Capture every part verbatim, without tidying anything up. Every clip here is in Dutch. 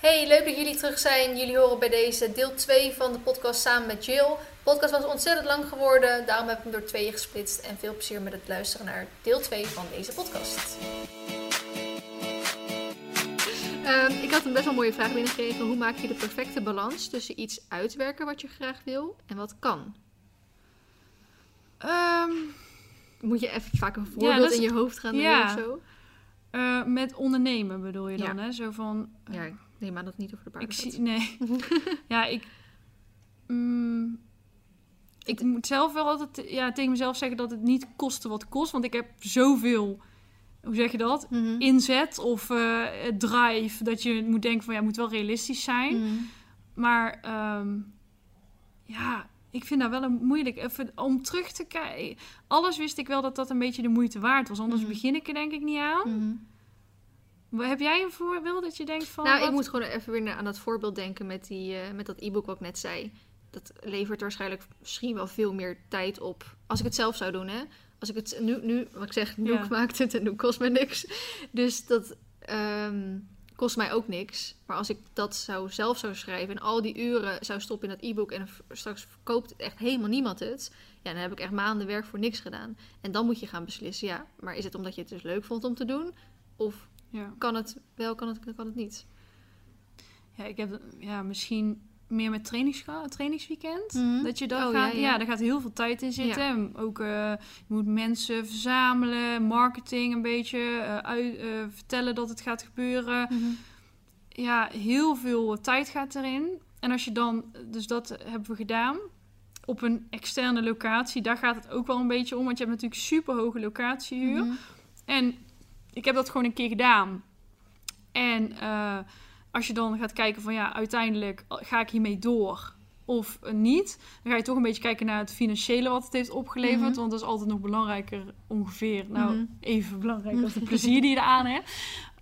Hey, leuk dat jullie terug zijn. Jullie horen bij deze deel twee van de podcast samen met Jill. De podcast was ontzettend lang geworden, daarom heb ik hem door tweeën gesplitst. En veel plezier met het luisteren naar deel twee van deze podcast. Um, ik had een best wel mooie vraag binnengekregen. Hoe maak je de perfecte balans tussen iets uitwerken wat je graag wil en wat kan? Um, Moet je even vaak een voorbeeld ja, in je hoofd gaan ja. nemen of zo? Uh, met ondernemen bedoel je dan, ja. hè? Zo van... Uh, ja, ik neem aan dat het niet over de paarden ik zie, Nee. ja, ik... Um, ik het, moet zelf wel altijd ja, tegen mezelf zeggen dat het niet koste wat kost. Want ik heb zoveel... Hoe zeg je dat? Mm-hmm. Inzet of uh, drive. Dat je moet denken van ja, het moet wel realistisch zijn. Mm-hmm. Maar um, ja, ik vind dat wel een moeilijk. Even om terug te kijken. Alles wist ik wel dat dat een beetje de moeite waard was. Anders mm-hmm. begin ik er denk ik niet aan. Mm-hmm. Heb jij een voorbeeld dat je denkt van... Nou, wat? ik moet gewoon even weer aan dat voorbeeld denken met, die, uh, met dat e-book wat ik net zei. Dat levert waarschijnlijk misschien wel veel meer tijd op. Als ik het zelf zou doen, hè. Als ik het nu, nu wat ik zeg, Noek ja. maakt het en Noek kost mij niks. Dus dat um, kost mij ook niks. Maar als ik dat zou zelf zou schrijven en al die uren zou stoppen in dat e-book en straks verkoopt echt helemaal niemand het, ja, dan heb ik echt maanden werk voor niks gedaan. En dan moet je gaan beslissen, ja, maar is het omdat je het dus leuk vond om te doen? Of ja. kan het wel, kan het, kan het niet? Ja, ik heb ja, misschien meer met trainings, trainingsweekend. Mm-hmm. Dat je daar oh, gaat, ja, ja. ja, daar gaat heel veel tijd in zitten. Ja. Ook uh, je moet mensen verzamelen, marketing een beetje, uh, uit, uh, vertellen dat het gaat gebeuren. Mm-hmm. Ja, heel veel tijd gaat erin. En als je dan, dus dat hebben we gedaan, op een externe locatie, daar gaat het ook wel een beetje om, want je hebt natuurlijk super hoge locatiehuur. Mm-hmm. En ik heb dat gewoon een keer gedaan. En uh, als je dan gaat kijken van ja, uiteindelijk ga ik hiermee door of niet, dan ga je toch een beetje kijken naar het financiële wat het heeft opgeleverd. Mm-hmm. Want dat is altijd nog belangrijker ongeveer. Nou, mm-hmm. even belangrijk als de plezier die je eraan hebt.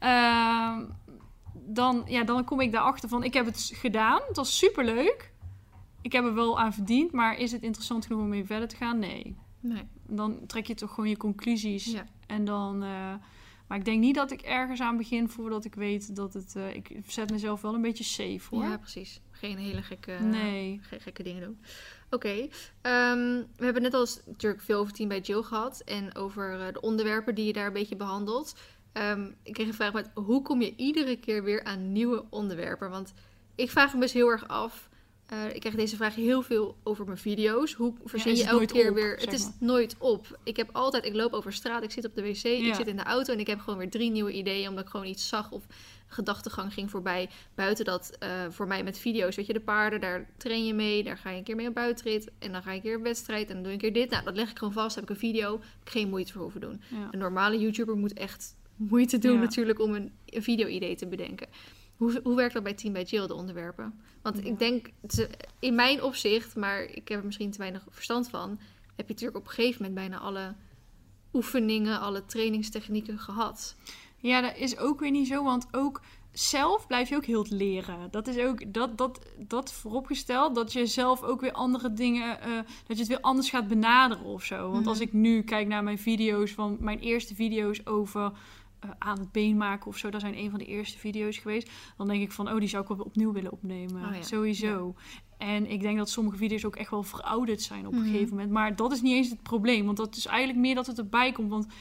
Uh, dan, ja, dan kom ik daarachter van ik heb het gedaan. Het was superleuk. Ik heb er wel aan verdiend, maar is het interessant genoeg om mee verder te gaan? Nee. nee. Dan trek je toch gewoon je conclusies. Ja. En dan... Uh, Maar ik denk niet dat ik ergens aan begin voordat ik weet dat het... Uh, ik zet mezelf wel een beetje safe, hoor. Ja, precies. Geen hele gekke, nee. ge- gekke dingen doen. Oké. Okay. Um, we hebben net al eens natuurlijk veel over Team bij Jill gehad. En over uh, de onderwerpen die je daar een beetje behandelt. Um, ik kreeg een vraag met hoe kom je iedere keer weer aan nieuwe onderwerpen? Want ik vraag me dus heel erg af... Uh, ik krijg deze vraag heel veel over mijn video's. Hoe verzin ja, je elke keer op, weer... Het is maar. nooit op. Ik heb altijd... Ik loop over straat, ik zit op de wc, ja. ik zit in de auto... en ik heb gewoon weer drie nieuwe ideeën... omdat ik gewoon iets zag of gedachtegang ging voorbij. Buiten dat, uh, voor mij met video's, weet je, de paarden... daar train je mee, daar ga je een keer mee op buitenrit... en dan ga je een keer op wedstrijd en dan doe ik een keer dit. Nou, dat leg ik gewoon vast, heb ik een video... heb ik geen moeite voor hoeven doen. Ja. Een normale YouTuber moet echt moeite doen ja. natuurlijk... om een, een video-idee te bedenken. Hoe, hoe werkt dat bij Team bij Jill, de onderwerpen? Want ja. ik denk, in mijn opzicht, maar ik heb er misschien te weinig verstand van... heb je natuurlijk op een gegeven moment bijna alle oefeningen, alle trainingstechnieken gehad. Ja, dat is ook weer niet zo, want ook zelf blijf je ook heel het leren. Dat is ook, dat, dat, dat vooropgesteld, dat je zelf ook weer andere dingen... Uh, dat je het weer anders gaat benaderen of zo. Want mm-hmm. als ik nu kijk naar mijn video's, van mijn eerste video's over... Uh, aan het been maken of zo. Dat zijn een van de eerste video's geweest. Dan denk ik van, oh, die zou ik wel opnieuw willen opnemen. Oh ja. Sowieso. Ja. En ik denk dat sommige video's ook echt wel verouderd zijn op mm-hmm. een gegeven moment. Maar dat is niet eens het probleem. Want dat is eigenlijk meer dat het erbij komt. Want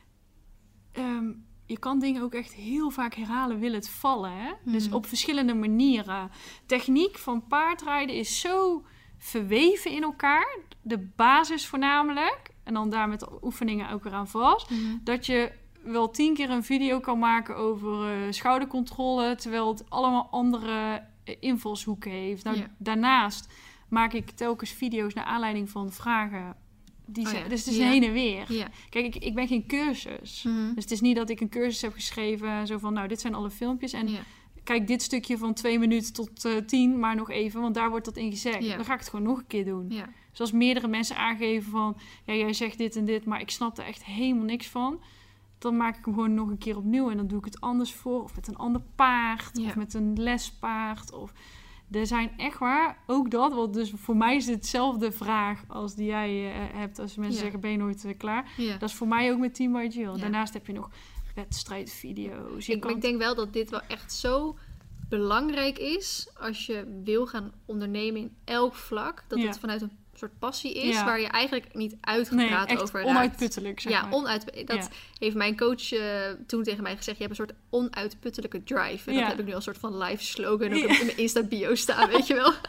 um, je kan dingen ook echt heel vaak herhalen, wil het vallen. Hè? Mm-hmm. Dus op verschillende manieren. Techniek van paardrijden is zo verweven in elkaar. De basis voornamelijk. En dan daar met de oefeningen ook weer aan vast. Mm-hmm. Dat je wel tien keer een video kan maken over uh, schoudercontrole, terwijl het allemaal andere uh, invalshoeken heeft. Nou, ja. Daarnaast maak ik telkens video's naar aanleiding van vragen. Die oh zijn, ja. Dus het is ja. heen en weer. Ja. Kijk, ik, ik ben geen cursus. Mm-hmm. Dus het is niet dat ik een cursus heb geschreven, zo van, nou, dit zijn alle filmpjes. En ja. kijk, dit stukje van twee minuten tot uh, tien, maar nog even, want daar wordt dat in gezegd. Ja. Dan ga ik het gewoon nog een keer doen. Ja. Zoals meerdere mensen aangeven van, ja, jij zegt dit en dit, maar ik snap er echt helemaal niks van. Dan maak ik hem gewoon nog een keer opnieuw. En dan doe ik het anders voor. Of met een ander paard. Ja. Of met een lespaard. Of... Er zijn echt waar, ook dat. Want dus voor mij is het hetzelfde vraag als die jij uh, hebt. Als mensen ja. zeggen, ben je nooit uh, klaar? Ja. Dat is voor mij ook met Team by Jill. Ja. Daarnaast heb je nog wedstrijdvideo's. Je ik, kan... ik denk wel dat dit wel echt zo belangrijk is als je wil gaan ondernemen in elk vlak. Dat ja. het vanuit een soort passie is, ja. waar je eigenlijk niet uitgepraat nee, over raakt. Onuitputtelijk, zeg ja, maar. Onuitputtelijk. Dat ja. heeft mijn coach uh, toen tegen mij gezegd. Je hebt een soort onuitputtelijke drive. En ja. dat heb ik nu als soort van live slogan ook ja. in mijn Insta-bio staan, weet je wel.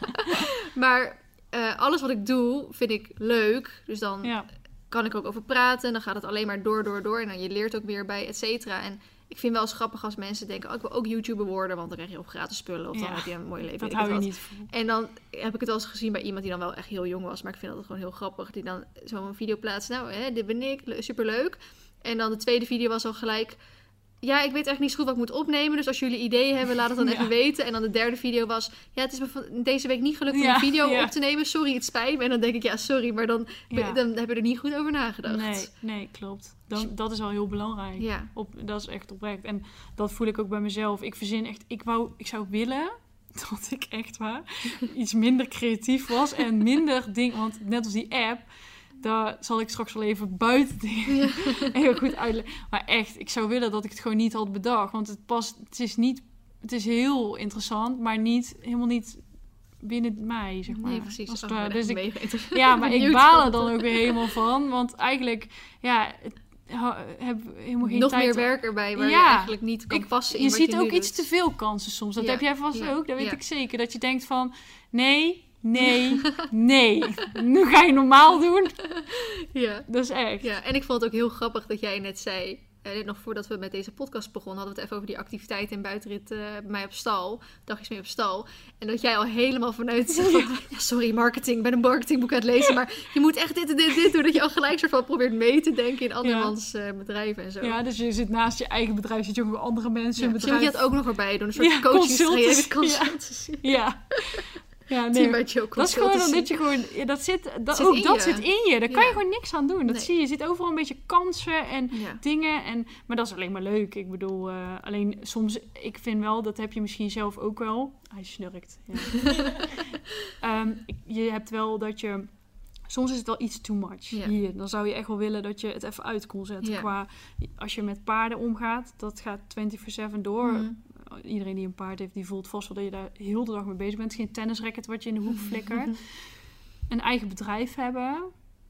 Maar uh, alles wat ik doe, vind ik leuk. Dus dan ja. kan ik ook over praten. Dan gaat het alleen maar door, door, door. En dan je leert ook weer bij, et cetera. En ik vind wel eens grappig als mensen denken... Oh, ik wil ook YouTuber worden, want dan krijg je ook gratis spullen. Of dan ja, heb je een mooi leven. Dat hou je wat. niet voor. En dan heb ik het wel eens gezien bij iemand die dan wel echt heel jong was. Maar ik vind dat gewoon heel grappig. Die dan zo'n video plaatst. Nou, hè, dit ben ik. Superleuk. En dan de tweede video was al gelijk... Ja, ik weet echt niet zo goed wat ik moet opnemen. Dus als jullie ideeën hebben, laat het dan ja. even weten. En dan de derde video was... Ja, het is me van deze week niet gelukt om ja, een video ja. op te nemen. Sorry, het spijt me. En dan denk ik, ja, sorry. Maar dan, ja. dan heb je er niet goed over nagedacht. Nee, nee klopt. Dan, dat is al heel belangrijk. Ja. Op, dat is echt oprecht. En dat voel ik ook bij mezelf. Ik verzin echt... Ik, wou, ik zou willen dat ik echt waar iets minder creatief was. En minder ding... Want net als die app... Daar zal ik straks wel even buiten dingen ja. heel goed uitleggen. Maar echt, ik zou willen dat ik het gewoon niet had bedacht. Want het past, het is niet, het is heel interessant, maar niet, helemaal niet binnen mij, zeg maar. Nee, precies. Als oh, dus ik, ja, maar ik baal er dan ook weer helemaal van. Want eigenlijk, ja, het, heb helemaal geen nog tijd meer werk erbij waar ja, je eigenlijk niet kan passen in je wat ziet je ook nu iets doet. te veel kansen soms. Dat ja. heb jij vast ja. ook, dat weet ja. ik zeker. Dat je denkt van, nee... Nee, nee. Nu ga je normaal doen. Ja. Dat is echt. Ja, en ik vond het ook heel grappig dat jij net zei... Eh, nog voordat we met deze podcast begonnen... hadden we het even over die activiteiten en buitenrit uh, bij mij op stal. Dagjes mee op stal. En dat jij al helemaal vanuit... Ja. Van, ja, sorry, marketing. Ik ben een marketingboek aan het lezen. Maar je moet echt dit en dit, dit doen. Dat je al gelijk soort van probeert mee te denken... in andermans ja. uh, bedrijven en zo. Ja, dus je zit naast je eigen bedrijf... zit je ook nog andere mensen ja, in bedrijf. Dus je moet je het ook nog erbij doen. Een soort ja, coachingstraject. Consultancy. Ja. ja. Ja, nee, dat is gewoon dat je gewoon, ja, dat zit, dat, zit ook dat je. zit in je. Daar kan ja. je gewoon niks aan doen. Dat nee. zie je. Je ziet overal een beetje kansen en ja. dingen. En, maar dat is alleen maar leuk. Ik bedoel, uh, alleen soms, ik vind wel, dat heb je misschien zelf ook wel. Hij snurkt. Ja. um, je hebt wel dat je, soms is het wel iets too much. Ja. Hier, dan zou je echt wel willen dat je het even uit kon zetten. Ja. Qua, als je met paarden omgaat, dat gaat vierentwintig zeven door. Mm. Iedereen die een paard heeft, die voelt vast wel dat je daar heel de dag mee bezig bent. Geen tennisracket wat je in de hoek flikkert. Een eigen bedrijf hebben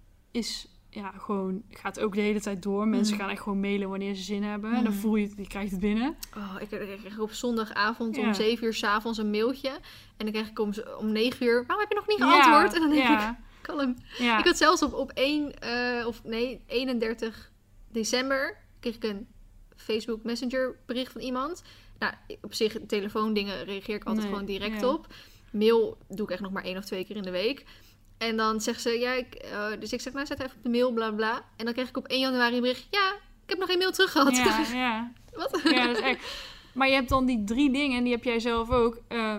is ja gewoon, gaat ook de hele tijd door. Mensen mm. gaan echt gewoon mailen wanneer ze zin hebben. Mm. En dan voel je het, je krijgt het binnen. Oh, ik krijg op zondagavond ja. om zeven uur 's avonds een mailtje. En dan krijg ik om, om negen uur, waarom heb je nog niet geantwoord? Ja, en dan denk ja. ik, kalm. Ja. Ik had zelfs op, op één, uh, of nee, eenendertig december kreeg ik een Facebook Messenger bericht van iemand. Nou, op zich, telefoondingen reageer ik altijd nee, gewoon direct ja. op. Mail doe ik echt nog maar één of twee keer in de week. En dan zegt ze, ja, ik, uh, dus ik zeg, nou, zet even op de mail, bla bla. En dan krijg ik op één januari een bericht, ja, ik heb nog geen mail terug gehad. Ja, ja. Wat? Ja, dat is echt. Maar je hebt dan die drie dingen, en die heb jij zelf ook. Uh,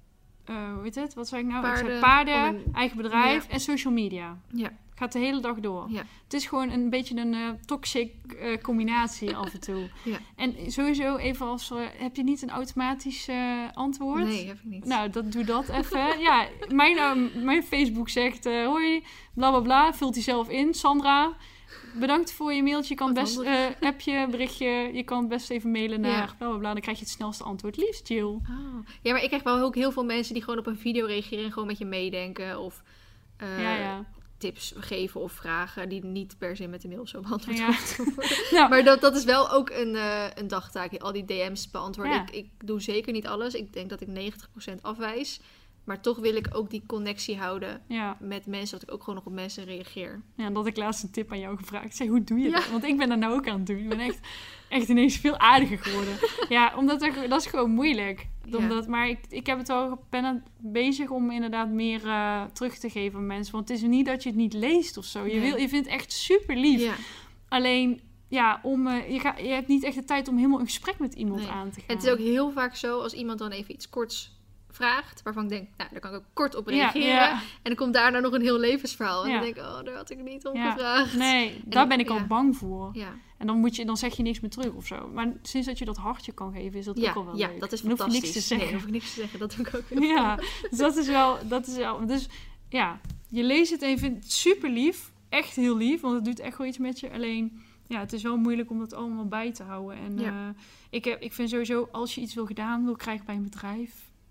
uh, hoe heet het? Wat zei ik nou? Paarden, ik zei paarden een... eigen bedrijf ja. en social media. Ja. Gaat de hele dag door. Ja. Het is gewoon een beetje een uh, toxic uh, combinatie af en toe. Ja. En sowieso even als... Uh, heb je niet een automatisch uh, antwoord? Nee, heb ik niet. Nou, dat, doe dat even. Ja, mijn, uh, mijn Facebook zegt... Uh, hoi, bla bla bla. Vult hij zelf in. Sandra, bedankt voor je mailtje. Je kan Wat best... Uh, appje, berichtje. Je kan best even mailen naar ja. bla bla bla. Dan krijg je het snelste antwoord. Liefst, Jill. Oh. Ja, maar ik krijg wel ook heel veel mensen... die gewoon op een video reageren... en gewoon met je meedenken. Of... Uh, ja, ja. tips geven of vragen die niet per se met de mail zo beantwoord ja. worden. Nou. Maar dat, dat is wel ook een, uh, een dagtaak. Al die D M's beantwoorden. Ja. Ik, ik doe zeker niet alles. Ik denk dat ik negentig procent afwijs. Maar toch wil ik ook die connectie houden ja. met mensen. Dat ik ook gewoon nog op mensen reageer. Ja, en dat ik laatst een tip aan jou gevraagd. Ik zei, hoe doe je ja. dat? Want ik ben dat nou ook aan het doen. Ik ben echt, echt ineens veel aardiger geworden. Ja, omdat er, dat is gewoon moeilijk. Omdat, ja. Maar ik, ik heb het al, ben aan bezig om inderdaad meer uh, terug te geven aan mensen. Want het is niet dat je het niet leest of zo. Je, nee. wil, je vindt het echt super lief. Ja. Alleen, ja, om, uh, je, ga, je hebt niet echt de tijd om helemaal een gesprek met iemand nee. aan te gaan. Het is ook heel vaak zo, als iemand dan even iets korts vraagt, waarvan ik denk, nou, daar kan ik ook kort op reageren. Ja, ja. En dan komt daarna nog een heel levensverhaal. En ja. dan denk ik, oh, daar had ik niet om ja. gevraagd. Nee, en daar ben ik ja. al bang voor. Ja. En dan, moet je, dan zeg je niks meer terug of zo. Maar sinds dat je dat hartje kan geven, is dat ja, ook al wel ja, leuk. dat is dan fantastisch. Hoef je niks te zeggen. Nee, hoef ik niks te zeggen. Dat doe ik ook. Ja, dus dat is wel... Dat is wel dus ja, je leest het en je vindt het super lief. Echt heel lief, want het doet echt wel iets met je. Alleen, ja, het is wel moeilijk om dat allemaal bij te houden. En Ja. uh, ik, heb, ik vind sowieso, als je iets wil gedaan wil krijgen bij een bedrijf,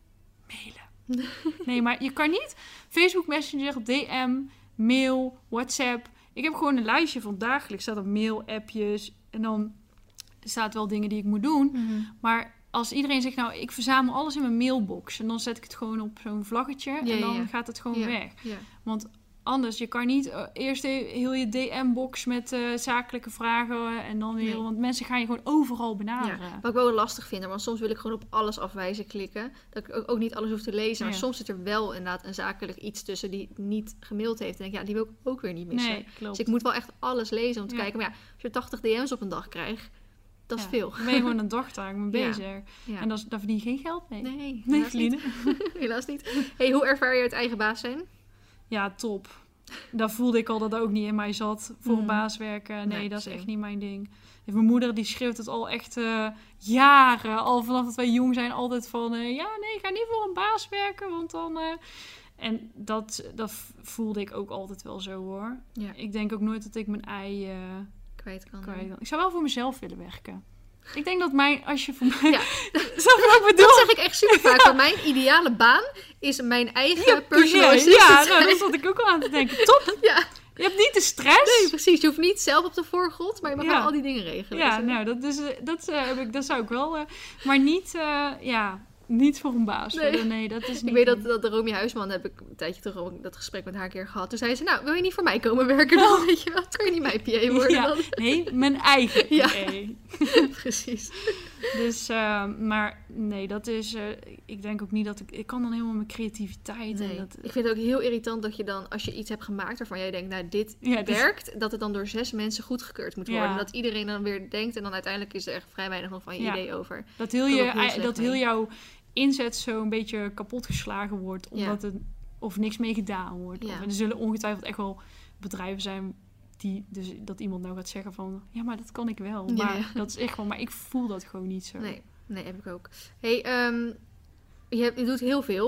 mailen. Nee, maar je kan niet Facebook Messenger, D M, mail, WhatsApp. Ik heb gewoon een lijstje van dagelijks. Staat op mail, appjes. En dan staat wel dingen die ik moet doen. Mm-hmm. Maar als iedereen zegt, nou, ik verzamel alles in mijn mailbox. En dan zet ik het gewoon op zo'n vlaggetje. Ja, en dan ja. gaat het gewoon Ja, weg. Ja. Want anders, je kan niet uh, eerst heel je D M-box met uh, zakelijke vragen. En dan weer, Nee. want mensen gaan je gewoon overal benaderen. Ja, wat ik wel lastig vind, want soms wil ik gewoon op alles afwijzen klikken. Dat ik ook, ook niet alles hoef te lezen. Maar Ja. soms zit er wel inderdaad een zakelijk iets tussen die niet gemaild heeft. En denk ik, ja, die wil ik ook weer niet missen. Nee, klopt. Dus ik moet wel echt alles lezen om te Ja. kijken. Maar ja, als je tachtig D M's op een dag krijgt, dat is Ja, veel. Dan ben je gewoon een dagtaak mee Ja. bezig. Ja. En dat, daar verdien je geen geld mee. Nee, Nee, helaas Feline. niet. helaas niet. Hey, hoe ervaar je het eigen baas zijn? Ja, top. Daar voelde ik al dat dat ook niet in mij zat. Voor Mm. een baas werken. Nee, Nee, dat is same. echt niet mijn ding. En mijn moeder die schreeuwt het al echt uh, jaren. Al vanaf dat wij jong zijn altijd van... Uh, ja, nee, ga niet voor een baas werken. Want dan... Uh... En dat, dat voelde ik ook altijd wel zo hoor. Ja. Ik denk ook nooit dat ik mijn ei uh, Kwijt kan. kwijt kan. Ik zou wel voor mezelf willen werken. Ik denk dat mijn... Als je voor mij... Ja. Snap je wat ik bedoel? Dat zeg ik echt super vaak. Want mijn ideale baan is mijn eigen Ja, personal ja, assistant. ja, zijn. nou, dat zat ik ook al aan te denken. Top! Ja. Je hebt niet de stress. Nee, precies. Je hoeft niet zelf op de voorgrond, maar je mag Ja. wel al die dingen regelen. Ja, Dus, uh, nou, dat, is, uh, dat, uh, heb ik, dat zou ik wel... Uh, maar niet, uh, ja, niet voor een baas. Nee. Nee, nee dat is niet... Ik weet dat, dat de Romy Huisman, heb ik een tijdje terug ook dat gesprek met haar een keer gehad. Toen zei ze, nou, wil je niet voor mij komen werken dan? Oh. Weet je wel, kan je niet mijn P A worden Ja, dan? nee, mijn eigen Ja. P A. Precies. Dus, uh, maar nee, dat is... Uh, ik denk ook niet dat ik... Ik kan dan helemaal mijn creativiteit Nee. en dat... Ik vind het ook heel irritant dat je dan, als je iets hebt gemaakt waarvan jij denkt, nou, dit Ja, dit- werkt, dat het dan door zes mensen goedgekeurd moet worden. Ja. Dat iedereen dan weer denkt en dan uiteindelijk is er echt vrij weinig nog van je Ja. idee over. Dat heel, Kan je, ook heel slecht dat heel mee. jouw inzet zo een beetje kapotgeslagen wordt. Omdat het... Of niks mee gedaan wordt. Ja. Of, en er zullen ongetwijfeld echt wel bedrijven zijn... Die, dus dat iemand nou gaat zeggen van... Ja, maar dat kan ik wel. Ja, Maar ja. dat is echt wel... Maar ik voel dat gewoon niet zo. Nee, nee, heb ik ook. Hey, um, je, hebt, je doet heel veel.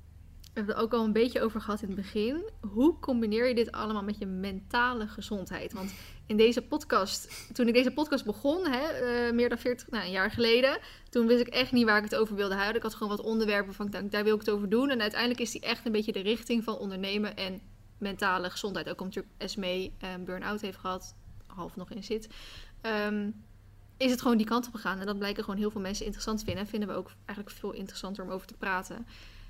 We hebben het ook al een beetje over gehad in het begin. Hoe combineer je dit allemaal met je mentale gezondheid? Want in deze podcast, toen ik deze podcast begon, hè, uh, meer dan veertig, nou, een jaar geleden, toen wist ik echt niet waar ik het over wilde houden. Ik had gewoon wat onderwerpen van, nou, daar wil ik het over doen. En uiteindelijk is die echt een beetje de richting van ondernemen en mentale gezondheid. Ook omdat natuurlijk Esmee een burn-out heeft gehad, half nog in zit. Um, is het gewoon die kant op gegaan. En dat blijken gewoon heel veel mensen interessant vinden. En vinden we ook eigenlijk veel interessanter om over te praten.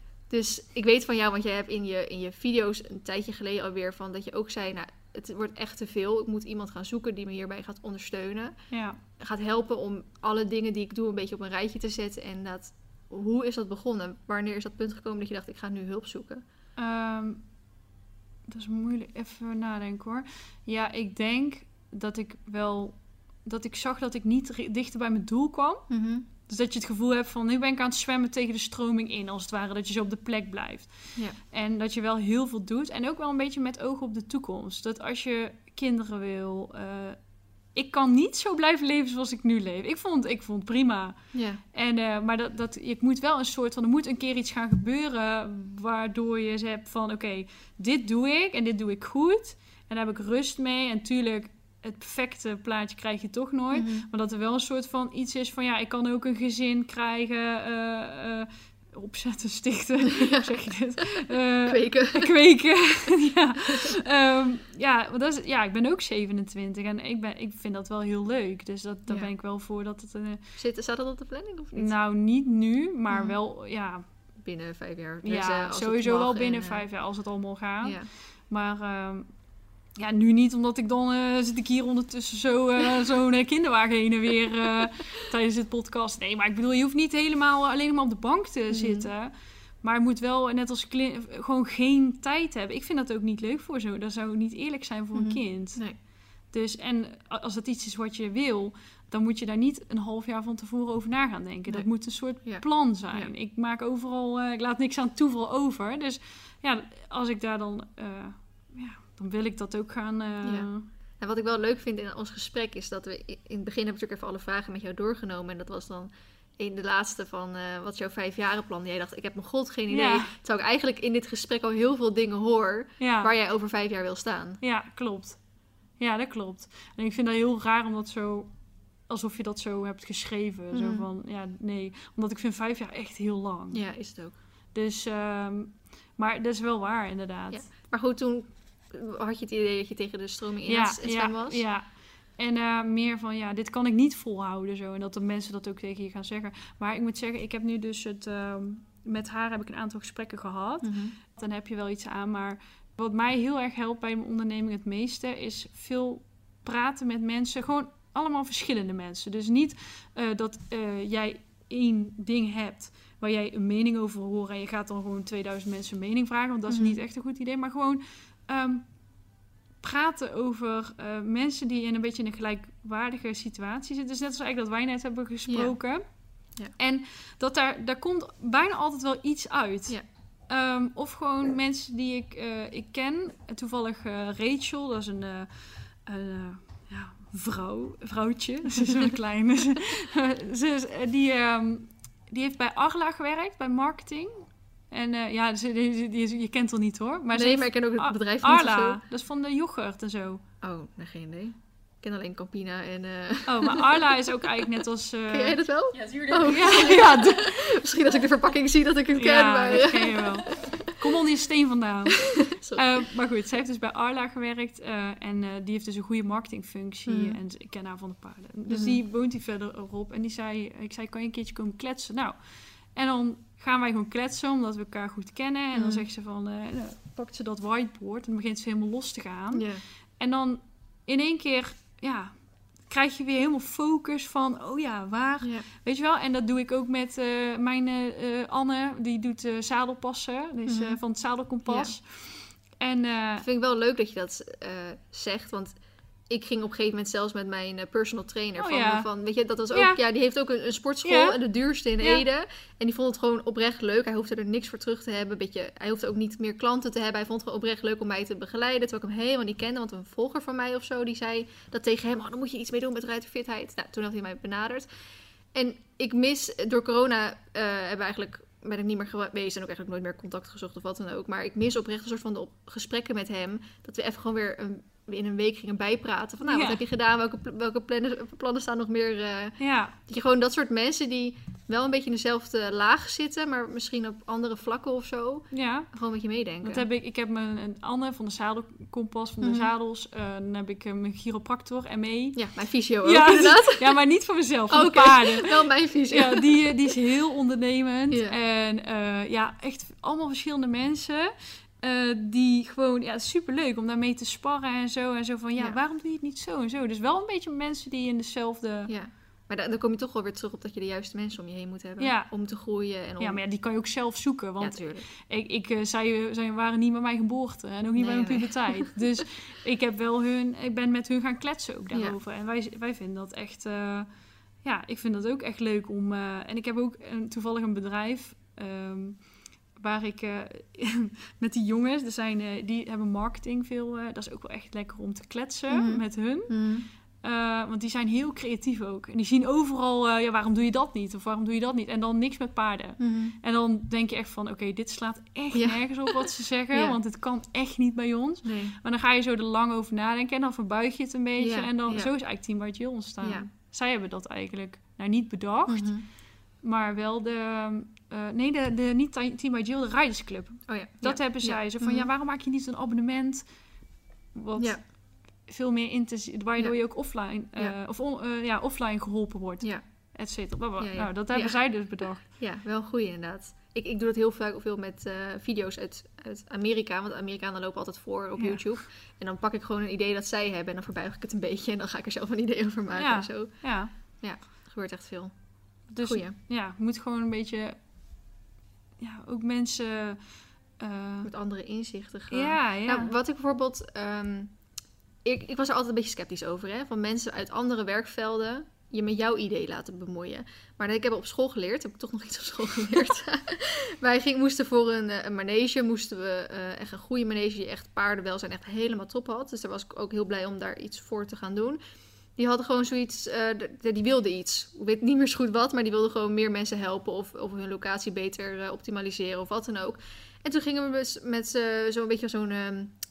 Dus ik weet van jou, want jij hebt in je, in je video's een tijdje geleden alweer van dat je ook zei, nou, het wordt echt te veel. Ik moet iemand gaan zoeken die me hierbij gaat ondersteunen. Ja. Gaat helpen om alle dingen die ik doe een beetje op een rijtje te zetten. En dat, hoe is dat begonnen? Wanneer is dat punt gekomen dat je dacht, ik ga nu hulp zoeken? Um, dat is moeilijk. Even nadenken hoor. Ja, ik denk dat ik wel... Dat ik zag dat ik niet dichter bij mijn doel kwam. Mm-hmm. Dus dat je het gevoel hebt van... Nu ben ik aan het zwemmen tegen de stroming in, als het ware. Dat je zo op de plek blijft. Ja. En dat je wel heel veel doet. En ook wel een beetje met oog op de toekomst. Dat als je kinderen wil... Uh, ik kan niet zo blijven leven zoals ik nu leef. Ik vond, ik vond het prima. Ja. En, uh, maar dat, dat, ik moet wel een soort van... Er moet een keer iets gaan gebeuren... waardoor je hebt van... Oké, okay, dit doe ik en dit doe ik goed. En daar heb ik rust mee. En tuurlijk... Het perfecte plaatje krijg je toch nooit. Mm-hmm. Maar dat er wel een soort van iets is van... Ja, ik kan ook een gezin krijgen... Uh, uh, opzetten, stichten. Hoe zeg je dit? Uh, kweken. Kweken, ja. Um, ja, want dat is, ja, ik ben ook zevenentwintig. En ik, ben, ik vind dat wel heel leuk. Dus dat, daar ja. ben ik wel voor dat het... Uh, Zit, staat dat op de planning of niet? nou, niet nu. Maar mm. wel, ja... Binnen vijf jaar. Ja, als sowieso wel binnen en, vijf jaar. Als het allemaal gaat. Ja. Maar... Um, Ja, nu niet, omdat ik dan uh, zit ik hier ondertussen zo, uh, zo'n uh, kinderwagen heen en weer uh, tijdens dit podcast. Nee, maar ik bedoel, je hoeft niet helemaal uh, alleen maar op de bank te mm. zitten. Maar je moet wel, net als kli- gewoon geen tijd hebben. Ik vind dat ook niet leuk voor zo. Dat zou niet eerlijk zijn voor mm. een kind. Nee. Dus, en als dat iets is wat je wil, dan moet je daar niet een half jaar van tevoren over na gaan denken. Nee. Dat moet een soort ja. plan zijn. Ja. Ik maak overal, uh, ik laat niks aan toeval over. Dus ja, als ik daar dan... Uh, ja, dan wil ik dat ook gaan... Uh... Ja. En wat ik wel leuk vind in ons gesprek is dat we... In het begin heb ik natuurlijk even alle vragen met jou doorgenomen. En dat was dan in de laatste van... Uh, wat is jouw vijfjarenplan? Jij dacht, ik heb nog god geen idee. Ja. Terwijl ik eigenlijk in dit gesprek al heel veel dingen hoor... Ja. waar jij over vijf jaar wil staan. Ja, klopt. Ja, dat klopt. En ik vind dat heel raar om dat zo... alsof je dat zo hebt geschreven. Mm. Zo van, ja, nee. Omdat ik vind vijf jaar echt heel lang. Ja, is het ook. Dus, um, maar dat is wel waar, inderdaad. Ja. Maar goed, toen had je het idee dat je tegen de stroming in ja, het zwemmen ja, was? Ja, en uh, meer van, ja, dit kan ik niet volhouden zo. En dat de mensen dat ook tegen je gaan zeggen. Maar ik moet zeggen, ik heb nu dus het... Um, met haar heb ik een aantal gesprekken gehad. Mm-hmm. Dan heb je wel iets aan. Maar wat mij heel erg helpt bij mijn onderneming het meeste... is veel praten met mensen. Gewoon allemaal verschillende mensen. Dus niet uh, dat uh, jij één ding hebt... waar jij een mening over hoort... en je gaat dan gewoon tweeduizend mensen een mening vragen... want dat is mm-hmm. niet echt een goed idee. Maar gewoon... Um, praten over uh, mensen die in een beetje in een gelijkwaardige situatie zitten. Dus net als eigenlijk dat wij net hebben gesproken. Ja. Ja. En dat daar, daar komt bijna altijd wel iets uit. Ja. Um, of gewoon mensen die ik, uh, ik ken. Toevallig uh, Rachel, dat is een, uh, een uh, ja, vrouw, vrouwtje. Ze is wel klein. ze, die, um, die heeft bij Arla gewerkt, bij marketing. En uh, ja, dus, die, die, je kent haar niet hoor. Maar nee, heeft, maar ik ken ook het bedrijf Arla, niet of zo. Dat is van de yoghurt en zo. Oh, nee, geen idee. Ik ken alleen Campina en... Uh... Oh, maar Arla is ook eigenlijk net als... Uh... Ken jij dat wel? Ja, tuurlijk. Oh, ja, ja, de... Misschien als ik de verpakking zie dat ik het ken. Ja, maar... dat ken je wel. Kom onder je steen vandaan. uh, maar goed, zij heeft dus bij Arla gewerkt. Uh, en uh, die heeft dus een goede marketingfunctie. Mm. En ik ken haar van de paarden. Dus mm. die woont hier verderop. En die zei, ik zei, kan je een keertje komen kletsen? Nou, en dan... gaan wij gewoon kletsen, omdat we elkaar goed kennen. En dan mm. zegt ze van, uh, nou, pakt ze dat whiteboard... en dan begint ze helemaal los te gaan. Yeah. En dan in één keer, ja... krijg je weer helemaal focus van... oh ja, waar? Yeah. Weet je wel? En dat doe ik ook met uh, mijn uh, Anne. Die doet uh, zadelpassen. Dus mm-hmm. uh, van het zadelkompas. Yeah. En, uh, vind ik wel leuk dat je dat uh, zegt, want... ik ging op een gegeven moment zelfs met mijn uh, personal trainer. Oh, van, ja. van, weet je, dat was ook, ja. ja, die heeft ook een, een sportschool ja. en de duurste in ja. Ede. En die vond het gewoon oprecht leuk. Hij hoefde er niks voor terug te hebben. Beetje, hij hoefde ook niet meer klanten te hebben. Hij vond het gewoon oprecht leuk om mij te begeleiden. Terwijl ik hem helemaal niet kende. Want een volger van mij of zo, die zei dat tegen hem. Oh, dan moet je iets mee doen met ruiterfitheid. Nou, toen had hij mij benaderd. En ik mis, door corona uh, hebben we eigenlijk... ben ik niet meer geweest en ook eigenlijk nooit meer contact gezocht of wat dan ook. Maar ik mis oprecht een soort van de op- gesprekken met hem. Dat we even gewoon weer een, in een week gingen bijpraten. Van nou, ja. wat heb je gedaan? Welke, welke plannen, plannen staan nog meer? Uh, ja. Dat je gewoon dat soort mensen die wel een beetje in dezelfde laag zitten, maar misschien op andere vlakken of zo. Ja. Gewoon met je meedenken. Dat heb ik. Ik heb mijn een Anne van de zadelkompas, van de mm-hmm. zadels. Uh, dan heb ik uh, mijn chiropractor, M E. Ja, mijn fysio ook, ja, inderdaad. Ja, maar niet voor mezelf, voor oh, de okay. paarden. Wel mijn fysio. Ja, die, die is heel ondernemend. Ja. En uh, ja, echt allemaal verschillende mensen. Uh, die gewoon, ja, superleuk om daarmee te sparren en zo. En zo van, ja, ja, waarom doe je het niet zo en zo? Dus wel een beetje mensen die in dezelfde... Ja. Maar da- dan kom je toch wel weer terug op dat je de juiste mensen om je heen moet hebben. Ja. Om te groeien. En om... Ja, maar ja, die kan je ook zelf zoeken. Want ja, ik, ik uh, zij, zij waren niet bij mijn geboorte. En ook niet nee, bij mijn puberteit. Nee. Dus ik heb wel hun... Ik ben met hun gaan kletsen ook daarover. Ja. En wij, wij vinden dat echt... Uh, ja, ik vind dat ook echt leuk om... Uh, en ik heb ook een, toevallig een bedrijf... Um, waar ik uh, met die jongens... Er zijn, uh, die hebben marketing veel... Uh, dat is ook wel echt lekker om te kletsen mm-hmm. met hun. Mm-hmm. Uh, want die zijn heel creatief ook. En die zien overal, uh, ja, waarom doe je dat niet? Of waarom doe je dat niet? En dan niks met paarden. Mm-hmm. En dan denk je echt van, oké, okay, dit slaat echt ja. nergens op wat ze zeggen. Ja. Want het kan echt niet bij ons. Nee. Maar dan ga je zo er lang over nadenken. En dan verbuig je het een beetje. Ja. En dan, ja. zo is eigenlijk Team by Jill ontstaan. Ja. Zij hebben dat eigenlijk, nou niet bedacht. Mm-hmm. Maar wel de, uh, nee, de, de niet Team by Jill, de Riders Club. Oh ja. Dat ja. hebben zij. Ja. Zo van, mm-hmm. ja, waarom maak je niet een abonnement? Wat... Ja. veel meer intensief, waardoor ja. je ook offline, uh, ja. Of on, uh, ja, offline geholpen wordt, ja. et cetera. Ja, ja. Nou, dat hebben ja. zij dus bedacht. Ja, wel een goeie inderdaad. Ik, ik doe dat heel vaak veel met uh, video's uit, uit Amerika, want de Amerikanen lopen altijd voor op ja. YouTube. En dan pak ik gewoon een idee dat zij hebben en dan verbuig ik het een beetje en dan ga ik er zelf een idee over maken ja. en zo. Ja. Ja, er gebeurt echt veel. Dus Goeie. Ja, je moet gewoon een beetje, ja, ook mensen... Uh... met andere inzichten gaan. Ja, ja. Nou, wat ik bijvoorbeeld... Um, ik, ik was er altijd een beetje sceptisch over, hè. Van mensen uit andere werkvelden je met jouw idee laten bemoeien. Maar ik heb op school geleerd. Heb ik toch nog iets op school geleerd. Wij ging, moesten voor een, een manege. Moesten we uh, echt een goede manege die echt paardenwelzijn echt helemaal top had. Dus daar was ik ook heel blij om daar iets voor te gaan doen. Die hadden gewoon zoiets... Uh, de, die wilden iets. Ik weet niet meer zo goed wat. Maar die wilden gewoon meer mensen helpen. Of, of hun locatie beter uh, optimaliseren. Of wat dan ook. En toen gingen we met uh, zo'n beetje zo'n... Um,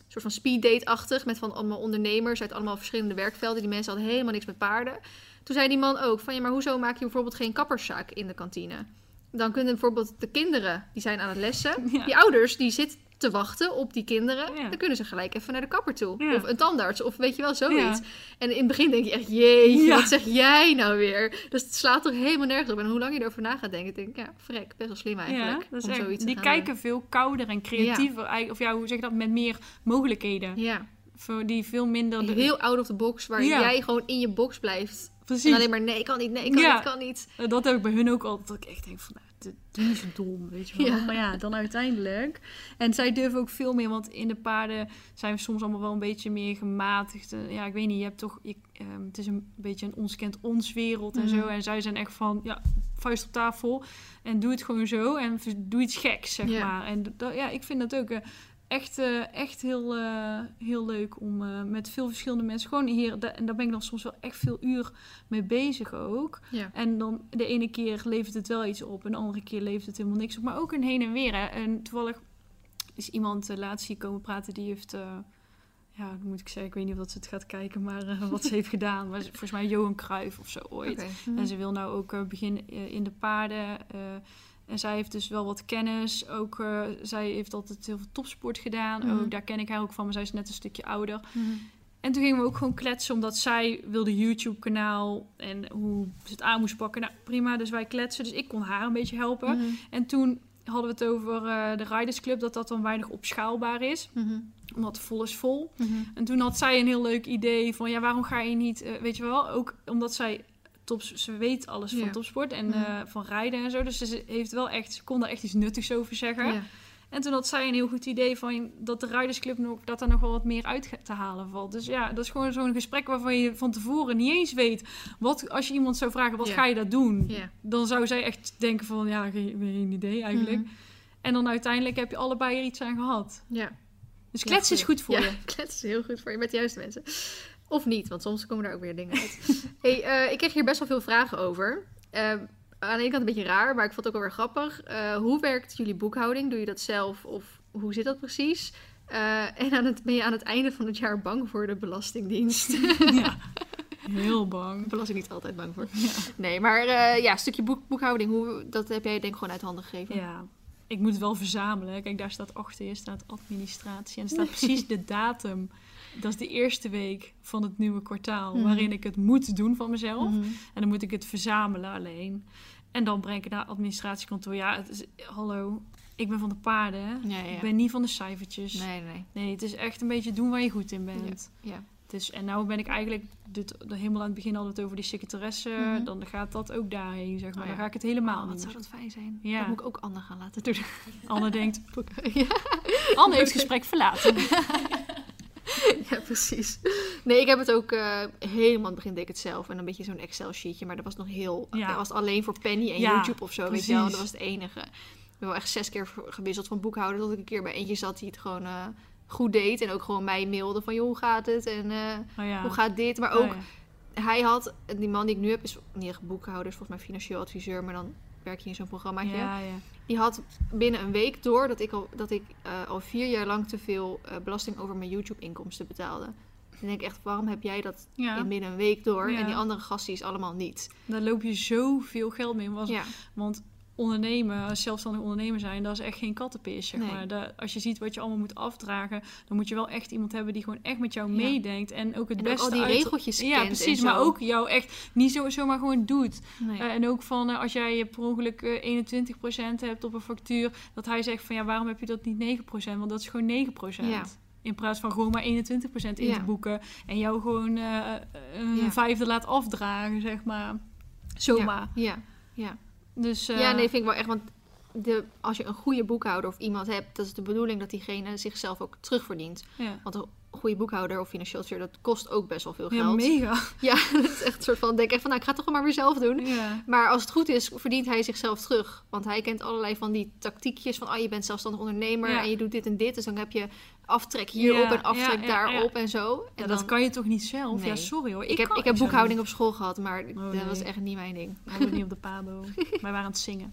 soort van speeddate-achtig met van allemaal ondernemers uit allemaal verschillende werkvelden. Die mensen hadden helemaal niks met paarden. Toen zei die man ook van, ja, maar hoezo maak je bijvoorbeeld geen kapperszaak in de kantine? Dan kunnen bijvoorbeeld de kinderen, die zijn aan het lessen. Ja. Die ouders, die zitten te wachten op die kinderen. Ja. Dan kunnen ze gelijk even naar de kapper toe. Ja. Of een tandarts, of weet je wel, zoiets. Ja. En in het begin denk je echt, jeetje, ja. wat zeg jij nou weer? Dus het slaat toch helemaal nergens op. En hoe lang je erover na gaat denken, denk ik, ja, vrek, best wel slim eigenlijk. Ja, dat is om echt, zoiets die te kijken doen. veel kouder en creatiever. Ja. Of ja, hoe zeg je dat, met meer mogelijkheden. Ja. Voor die veel minder... De... Heel out of the box, waar ja. jij gewoon in je box blijft. Precies. En alleen maar, nee, ik kan niet, nee, ik kan ja. niet, kan niet. Dat heb ik bij hun ook altijd, dat ik echt denk van, nou, doe is zo dom, weet je wel. Ja. Maar ja, dan uiteindelijk. En zij durven ook veel meer, want in de paarden zijn we soms allemaal wel een beetje meer gematigd. Ja, ik weet niet, je hebt toch, je, um, het is een beetje een ons kent ons wereld en mm. zo. En zij zijn echt van, ja, vuist op tafel en doe het gewoon zo en doe iets geks, zeg ja. maar. En dat, ja, ik vind dat ook... Uh, Echt, uh, echt heel, uh, heel leuk om uh, met veel verschillende mensen... Gewoon hier, da- en daar ben ik dan soms wel echt veel uur mee bezig ook. Ja. En dan de ene keer levert het wel iets op... en de andere keer levert het helemaal niks op. Maar ook een heen en weer. Hè. En toevallig is iemand uh, laatst hier komen praten... die heeft, uh, ja, hoe moet ik zeggen... ik weet niet of dat ze het gaat kijken... maar uh, wat ze heeft gedaan. Maar volgens mij Johan Cruijff of zo ooit. Okay. Mm-hmm. En ze wil nou ook uh, beginnen uh, in de paarden... Uh, En zij heeft dus wel wat kennis. Ook, uh, zij heeft altijd heel veel topsport gedaan. Mm. Ook, daar ken ik haar ook van, maar zij is net een stukje ouder. Mm. En toen gingen we ook gewoon kletsen, omdat zij wilde YouTube-kanaal en hoe ze het aan moest pakken. Nou, prima, dus wij kletsen. Dus ik kon haar een beetje helpen. Mm. En toen hadden we het over uh, de Riders Club, dat dat dan weinig opschaalbaar is. Mm-hmm. Omdat vol is vol. Mm-hmm. En toen had zij een heel leuk idee van, ja, waarom ga je niet, uh, weet je wel, ook omdat zij... Top, ze weet alles van ja. topsport en uh, van rijden en zo. Dus ze heeft wel echt, ze kon daar echt iets nuttigs over zeggen. Ja. En toen had zij een heel goed idee van dat de Ridersclub nog, dat daar nog wel wat meer uit te halen valt. Dus ja, dat is gewoon zo'n gesprek waarvan je van tevoren niet eens weet. Wat, als je iemand zou vragen, wat ja. ga je daar doen? Ja. Dan zou zij echt denken van, ja, geen, geen idee eigenlijk. Mm-hmm. En dan uiteindelijk heb je allebei er iets aan gehad. Ja. Dus kletsen ja, is goed voor ja, je. Kletsen is heel goed voor je, met de juiste mensen. Of niet, want soms komen daar ook weer dingen uit. hey, uh, ik kreeg hier best wel veel vragen over. Uh, aan de ene kant een beetje raar, maar ik vond het ook wel weer grappig. Uh, hoe werkt jullie boekhouding? Doe je dat zelf of hoe zit dat precies? Uh, en aan het, ben je aan het einde van het jaar bang voor de Belastingdienst? Ja, heel bang. Belastingdienst altijd bang voor. Ja. Nee, maar uh, ja, een stukje boek, boekhouding, hoe, dat heb jij denk ik gewoon uit handen gegeven. Ja, ik moet het wel verzamelen. Kijk, daar staat achter je staat administratie en er staat precies de datum. Dat is de eerste week van het nieuwe kwartaal... Mm. waarin ik het moet doen van mezelf. Mm. En dan moet ik het verzamelen alleen. En dan breng ik het naar het administratiekantoor. Ja, het is, hallo, ik ben van de paarden. Ja, ja. Ik ben niet van de cijfertjes. Nee, nee. Nee, het is echt een beetje doen waar je goed in bent. Ja, ja. Dus, en nou ben ik eigenlijk... Dit, helemaal aan het begin hadden we het over die secretaresse. Mm-hmm. Dan gaat dat ook daarheen, zeg maar. Oh, ja. Dan ga ik het helemaal oh, niet. Wat zou dat fijn zijn. Ja. Dat moet ik ook Anne gaan laten doen. Anne denkt... ja. Anne heeft het gesprek verlaten. Ja, precies. Nee, ik heb het ook uh, helemaal aan het begin deed ik het zelf. En een beetje zo'n Excel-sheetje. Maar dat was nog heel... Ja. Dat was alleen voor Penny en ja, YouTube of zo, precies. Weet je wel. Dat was het enige. Ik ben wel echt zes keer gewisseld van boekhouder... tot ik een keer bij eentje zat die het gewoon uh, goed deed. En ook gewoon mij mailde van... joh, hoe gaat het? En uh, oh ja. hoe gaat dit? Maar ook... Oh ja. Hij had... Die man die ik nu heb is niet echt boekhouder. Is volgens mij financieel adviseur. Maar dan werk je in zo'n programmaatje. Ja, ja. Die had binnen een week door dat ik al, dat ik, uh, al vier jaar lang te veel uh, belasting over mijn YouTube-inkomsten betaalde. Dan denk ik echt, waarom heb jij dat ja. in binnen een week door? Ja. En die andere gasties allemaal niet. Daar loop je zoveel geld mee. Want, ja. want ondernemen, zelfstandig ondernemer zijn, dat is echt geen kattenpis, zeg nee. maar. De, als je ziet wat je allemaal moet afdragen, dan moet je wel echt iemand hebben die gewoon echt met jou ja. meedenkt. En ook het en beste ook al die uit... regeltjes kent. Ja, precies. Maar ook jou echt niet zo, zomaar gewoon doet. Nee. Uh, en ook van, uh, als jij per ongeluk uh, eenentwintig procent hebt op een factuur, dat hij zegt van, ja, waarom heb je dat niet negen procent? Want dat is gewoon negen procent. Ja. In plaats van gewoon maar eenentwintig procent in ja. te boeken. En jou gewoon uh, een ja. vijfde laat afdragen, zeg maar. Zomaar. Ja, ja. ja. Dus, uh, ja, nee, vind ik wel echt, want de, als je een goede boekhouder of iemand hebt, dat is de bedoeling dat diegene zichzelf ook terugverdient. Ja. Want een goede boekhouder of financieel adviseur, dat kost ook best wel veel ja, geld. Mega. Ja, dat is echt een soort van, denk echt van, nou, ik ga het toch maar weer zelf doen. Ja. Maar als het goed is, verdient hij zichzelf terug. Want hij kent allerlei van die tactiekjes van, oh, je bent zelfstandig ondernemer ja. en je doet dit en dit. Dus dan heb je aftrek hierop Ja, en aftrek ja, ja, daarop ja. en zo. En Ja, dan, dat kan je toch niet zelf? Nee. Ja, sorry hoor. ik, heb, kan- ik heb zou boekhouding niet- op school gehad, maar Oh, dat nee. was echt niet mijn ding. We hadden het niet op de pabo. Wij waren aan het zingen.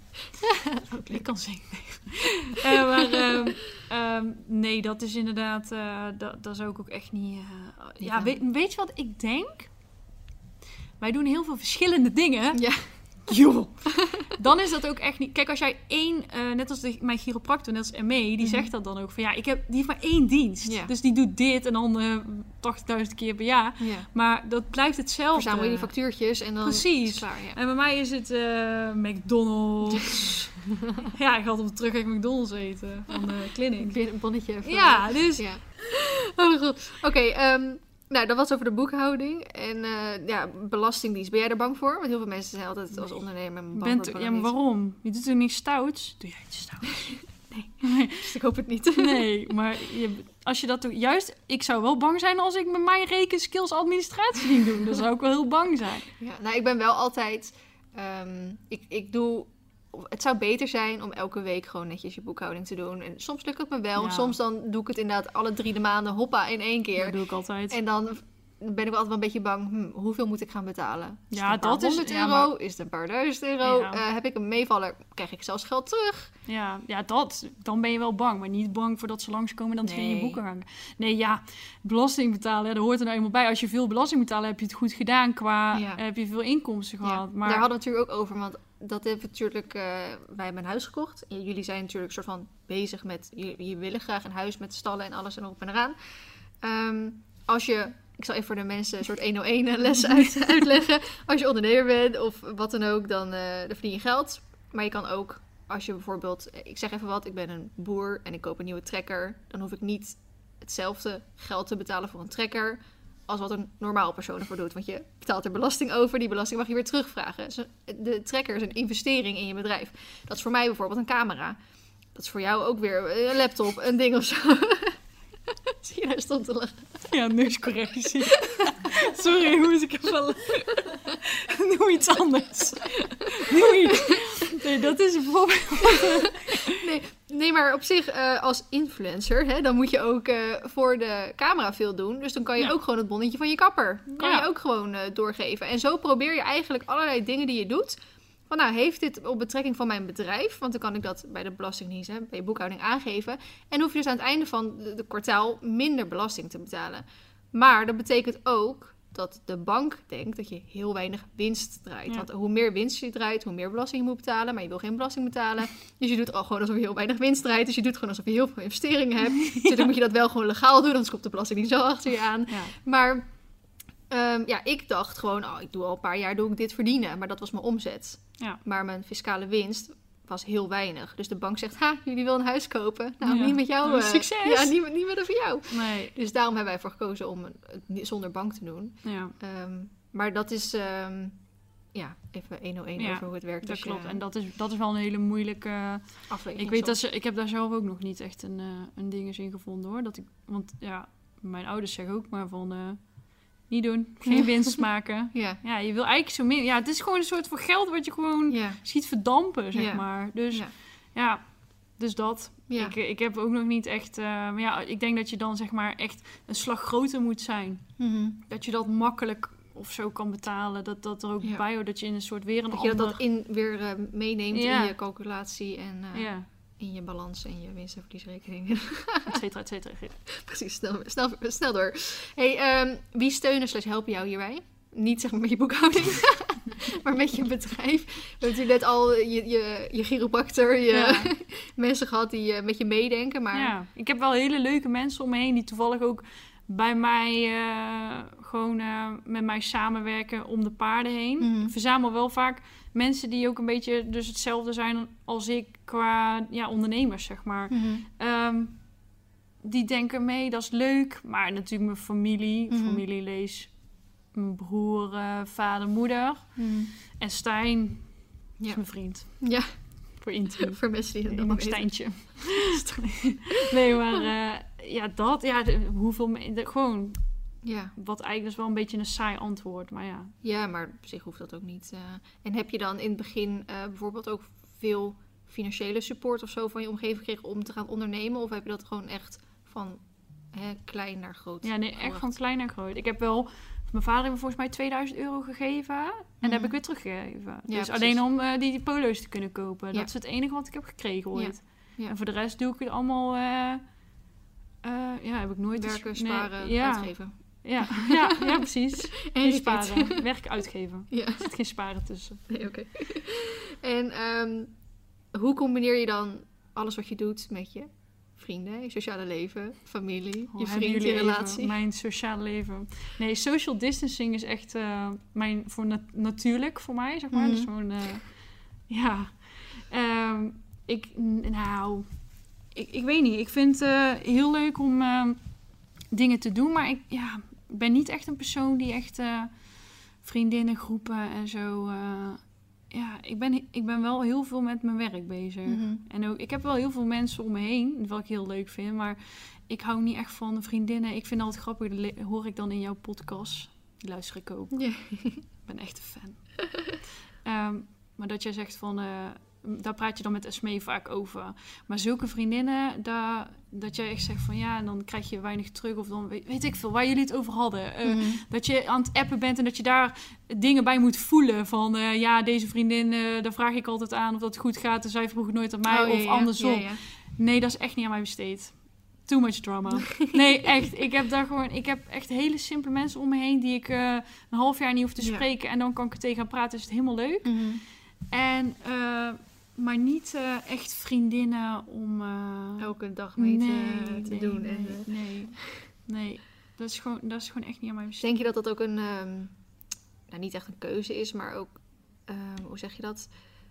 Ik kan zingen. Eh, maar ehm, ehm, nee, dat is inderdaad... eh dat, dat zou ik ook echt niet... eh, Niet ja, aan. weet, weet je wat ik denk? Wij doen heel veel verschillende dingen. Ja. Joh. Dan is dat ook echt niet... Kijk, als jij één... eh, net als de, mijn chiropractor, net als M E, die Mhm. zegt dat dan ook van... Ja, ik heb, die heeft maar één dienst. Ja. Dus die doet dit en dan eh tachtigduizend keer per jaar. Ja. Maar dat blijft hetzelfde. Verzamel je die factuurtjes en dan Precies. is het klaar. Ja. En bij mij is het eh, McDonald's. Ja, ik had op de terugweg McDonald's eten van de clinic. Een bonnetje. Voor Ja, dus... Ja. Oh mijn god. Oké, ehm, nou, dat was over de boekhouding. En eh, ja, belastingdienst. Ben jij er bang voor? Want heel veel mensen zijn altijd als ondernemer bang Bent, voor ja, maar waarom? Je doet er niet stouts? Doe jij iets stouts? nee. Dus ik hoop het niet. Nee, maar je, als je dat doet... Juist, ik zou wel bang zijn als ik met mijn rekenskills administratie ging doen. Dan zou ik wel heel bang zijn. Ja, nou, ik ben wel altijd... ehm, ik, ik doe... Het zou beter zijn om elke week gewoon netjes je boekhouding te doen. En soms lukt het me wel. Ja. Soms dan doe ik het inderdaad alle drie de maanden hoppa in één keer. Dat doe ik altijd. En dan ben ik wel altijd wel een beetje bang. Hm, hoeveel moet ik gaan betalen? Is Ja, het een paar dat is- honderd ja, euro? maar- Is het een paar duizend euro? Ja. Eh, heb ik een meevaller? Krijg ik zelfs geld terug? Ja, ja, dat. Dan ben je wel bang. Maar niet bang voordat ze langskomen en dan tegen je Nee. boeken hangen. Nee, ja, belasting betalen, ja, dat hoort er nou eenmaal bij. Als je veel belasting betaalt, heb je het goed gedaan qua... Ja. Heb je veel inkomsten gehad. Ja, Maar daar hadden we het natuurlijk ook over. Want dat hebben we natuurlijk... eh, wij hebben een huis gekocht. En jullie zijn natuurlijk soort van bezig met... Je, je willen graag een huis met stallen en alles en erop en eraan. Ehm, als je... Ik zal even voor de mensen een soort één oh één les uit, uitleggen. Als je ondernemer bent of wat dan ook, dan, eh, dan verdien je geld. Maar je kan ook, als je bijvoorbeeld... Ik zeg even wat, ik ben een boer en ik koop een nieuwe trekker. Dan hoef ik niet hetzelfde geld te betalen voor een trekker... als wat een normaal persoon ervoor doet. Want je betaalt er belasting over. Die belasting mag je weer terugvragen. Dus de trekker is een investering in je bedrijf. Dat is voor mij bijvoorbeeld een camera. Dat is voor jou ook weer een laptop, een ding of zo. Zie je daar stond te lachen? ja, neuscorrectie. Sorry, hoe moest ik ervan... Doe iets anders. Doe iets. Nee, dat is bijvoorbeeld... Nee, nee, maar op zich eh, als influencer, hè, dan moet je ook eh, voor de camera veel doen. Dus dan kan je Ja. ook gewoon het bonnetje van je kapper. Kan Ja. je ook gewoon eh, doorgeven. En zo probeer je eigenlijk allerlei dingen die je doet. Van nou, heeft dit op betrekking van mijn bedrijf? Want dan kan ik dat bij de Belastingdienst, hè, bij je boekhouding aangeven. En hoef je dus aan het einde van de, de kwartaal minder belasting te betalen. Maar dat betekent ook dat de bank denkt dat je heel weinig winst draait. Ja. Want hoe meer winst je draait, hoe meer belasting je moet betalen. Maar je wil geen belasting betalen. Dus je doet al gewoon alsof je heel weinig winst draait. Dus je doet gewoon alsof je heel veel investeringen hebt. Dus dan moet je dat wel gewoon legaal doen. Anders komt de Belastingdienst zo achter je aan. Ja. Maar um, ja, ik dacht gewoon, oh, ik doe al een paar jaar doe ik dit verdienen. Maar dat was mijn omzet. Ja. Maar mijn fiscale winst was heel weinig. Dus de bank zegt, ha, jullie willen een huis kopen. Nou, Ja. niet met jou. Nou, eh, succes. Ja, niet, niet met voor jou. Nee. Dus daarom hebben wij ervoor gekozen om het niet zonder bank te doen. Ja, Um, maar dat is, um, ja, even één oh één Ja, over hoe het werkt. dat als je klopt. En dat is, dat is wel een hele moeilijke... afweging Ik weet dat soms. ze... Ik heb daar zelf ook nog niet echt een, uh, een ding in gevonden, hoor. Dat ik, want ja, mijn ouders zeggen ook maar van... Uh, niet doen. Geen winst maken. Ja, Ja, je wil eigenlijk zo min... Ja, het is gewoon een soort van geld wat je gewoon ja, ziet verdampen, zeg Ja. maar. Dus ja. ja, dus dat. Ja. Ik, ik heb ook nog niet echt... Uh, maar ja, ik denk dat je dan zeg maar echt een slag groter moet zijn. Mm-hmm. Dat je dat makkelijk of zo kan betalen. Dat dat er ook Ja. bij hoort. Dat je in een soort weer een Dat je ander... dat, dat in weer uh, meeneemt Ja. in je calculatie en uh, Ja, in je balans en je winst- en verliesrekening. et cetera, et cetera. Precies, snel, snel, snel door. Hey, um, wie steunen slash helpen jou hierbij? Niet zeg maar met je boekhouding, maar met je bedrijf. We hebben natuurlijk net al je, je, je chiropractor, je Ja. mensen gehad die uh, met je meedenken. Maar Ja, ik heb wel hele leuke mensen om me heen die toevallig ook bij mij uh, gewoon uh, met mij samenwerken om de paarden heen. Mhm. Ik verzamel wel vaak mensen die ook een beetje dus hetzelfde zijn als ik qua ja, ondernemers, zeg maar. Mm-hmm. Um, die denken mee, dat is leuk. Maar natuurlijk mijn familie, Mhm. familie lees mijn broer, uh, vader, moeder. Mm-hmm. En Stijn is Ja. mijn vriend. Ja, Voor intiem. voor mensen die het Ik nog mag niet weten. Stijntje. Nee, maar uh, ja, dat. Ja, de, hoeveel... me- de, gewoon, Ja. wat eigenlijk is wel een beetje een saai antwoord. Maar ja. ja, maar op zich hoeft dat ook niet. Uh, en heb je dan in het begin uh, bijvoorbeeld ook veel financiële support of zo van je omgeving gekregen om te gaan ondernemen? Of heb je dat gewoon echt van hè, klein naar groot. Ja, nee, echt gebracht. van klein naar groot. Ik heb wel... Mijn vader heeft me volgens mij tweeduizend euro gegeven. En mm. dat heb ik weer teruggegeven. Ja, dus precies. alleen om uh, die, die polo's te kunnen kopen. Ja. Dat is het enige wat ik heb gekregen ooit. Ja. Ja. En voor de rest doe ik het allemaal... Uh, uh, ja, heb ik nooit... Werken, dus, sparen, nee, ja. uitgeven. Ja, ja, ja, precies. En geen sparen. Werken, uitgeven. Ja. Er zit geen sparen tussen. Nee, oké. Okay. En um, hoe combineer je dan alles wat je doet met je vrienden, je sociale leven, familie, oh, je vriend, je relatie? Even, mijn sociale leven. Nee, social distancing is echt uh, mijn, voor nat- natuurlijk voor mij, zeg maar. Mm-hmm. Dus gewoon, uh, ja. Um, ik, nou, ik, ik weet niet. Ik vind het uh, heel leuk om uh, dingen te doen, maar ik ja, ben niet echt een persoon die echt uh, vriendinnengroepen en zo... Uh, Ja, ik ben, ik ben wel heel veel met mijn werk bezig. Mm-hmm. En ook, ik heb wel heel veel mensen om me heen, wat ik heel leuk vind. Maar ik hou niet echt van vriendinnen. Ik vind het altijd grappig, dat le- hoor ik dan in jouw podcast. Die luister ik ook. Yeah. Ik ben echt een fan. um, maar dat jij zegt van... Uh, daar praat je dan met Esmee vaak over. Maar zulke vriendinnen, daar, dat jij echt zegt van... ja, en dan krijg je weinig terug. Of dan weet, weet ik veel, waar jullie het over hadden. Uh, mm-hmm. Dat je aan het appen bent en dat je daar dingen bij moet voelen. Van, uh, ja, deze vriendin, uh, daar vraag ik altijd aan of dat goed gaat. En zij vroeg het nooit aan mij, oh, of ja, andersom. Ja, ja. Nee, dat is echt niet aan mij besteed. Too much drama. Nee, echt. Ik heb daar gewoon... Ik heb echt hele simpele mensen om me heen... die ik uh, een half jaar niet hoef te spreken. Ja. En dan kan ik er tegen gaan praten. Is het helemaal leuk. Mm-hmm. En... Uh, Maar niet uh, echt vriendinnen om... Uh... Elke dag mee nee, te, te nee, doen. Nee, en, uh... nee, nee. Dat is, gewoon, dat is gewoon echt niet aan mij besteed. Denk je dat dat ook een... Um, nou, niet echt een keuze is, maar ook... Um, hoe zeg je dat?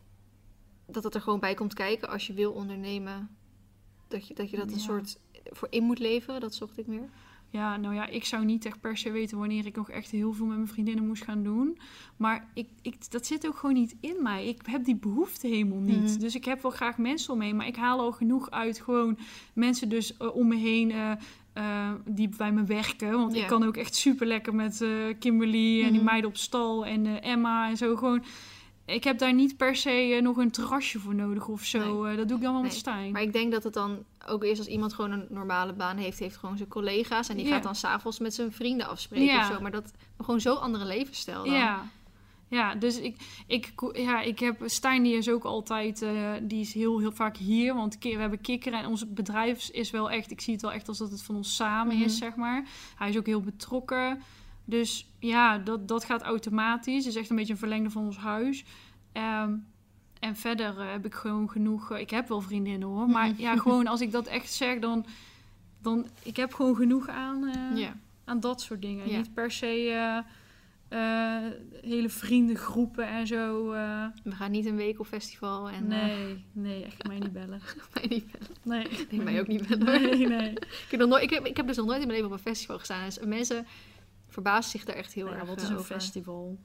Dat het er gewoon bij komt kijken als je wil ondernemen. Dat je dat, je dat een ja. soort voor in moet leven. Dat zocht ik meer. Ja, nou ja, ik zou niet echt per se weten wanneer ik nog echt heel veel met mijn vriendinnen moest gaan doen. Maar ik, ik, dat zit ook gewoon niet in mij. Ik heb die behoefte helemaal niet. Mm-hmm. Dus ik heb wel graag mensen om me heen. Maar ik haal al genoeg uit gewoon mensen dus uh, om me heen uh, uh, die bij me werken. Want yeah. ik kan ook echt super lekker met uh, Kimberly mm-hmm. en die meiden op stal en uh, Emma en zo gewoon... Ik heb daar niet per se uh, nog een terrasje voor nodig of zo. Nee. Uh, dat doe ik dan wel nee. met Stijn. Maar ik denk dat het dan ook is als iemand gewoon een normale baan heeft. Heeft gewoon zijn collega's. En die ja. gaat dan 's avonds met zijn vrienden afspreken ja. of zo. Maar dat gewoon zo'n andere levensstijl dan. Ja, ja dus ik, ik, ja, ik heb... Stijn die is ook altijd... Uh, die is heel, heel vaak hier. Want we hebben kikkeren. En ons bedrijf is wel echt... Ik zie het wel echt als dat het van ons samen mm-hmm. is, zeg maar. Hij is ook heel betrokken. Dus ja, dat, dat gaat automatisch. Het is echt een beetje een verlengde van ons huis. Um, en verder uh, heb ik gewoon genoeg... Uh, ik heb wel vriendinnen hoor. Maar ja, gewoon als ik dat echt zeg, dan... dan ik heb gewoon genoeg aan, uh, yeah. aan dat soort dingen. Yeah. Niet per se uh, uh, hele vriendengroepen en zo. Uh. We gaan niet een week op festival. En, nee, uh... nee, echt mij niet bellen. mij niet bellen. Nee, nee mij ook niet bellen. Nee, nee. ik, heb nog nooit, ik, heb, ik heb dus nog nooit in mijn leven op een festival gestaan. Dus mensen... verbaast zich daar echt heel ja, erg wat is een over. festival?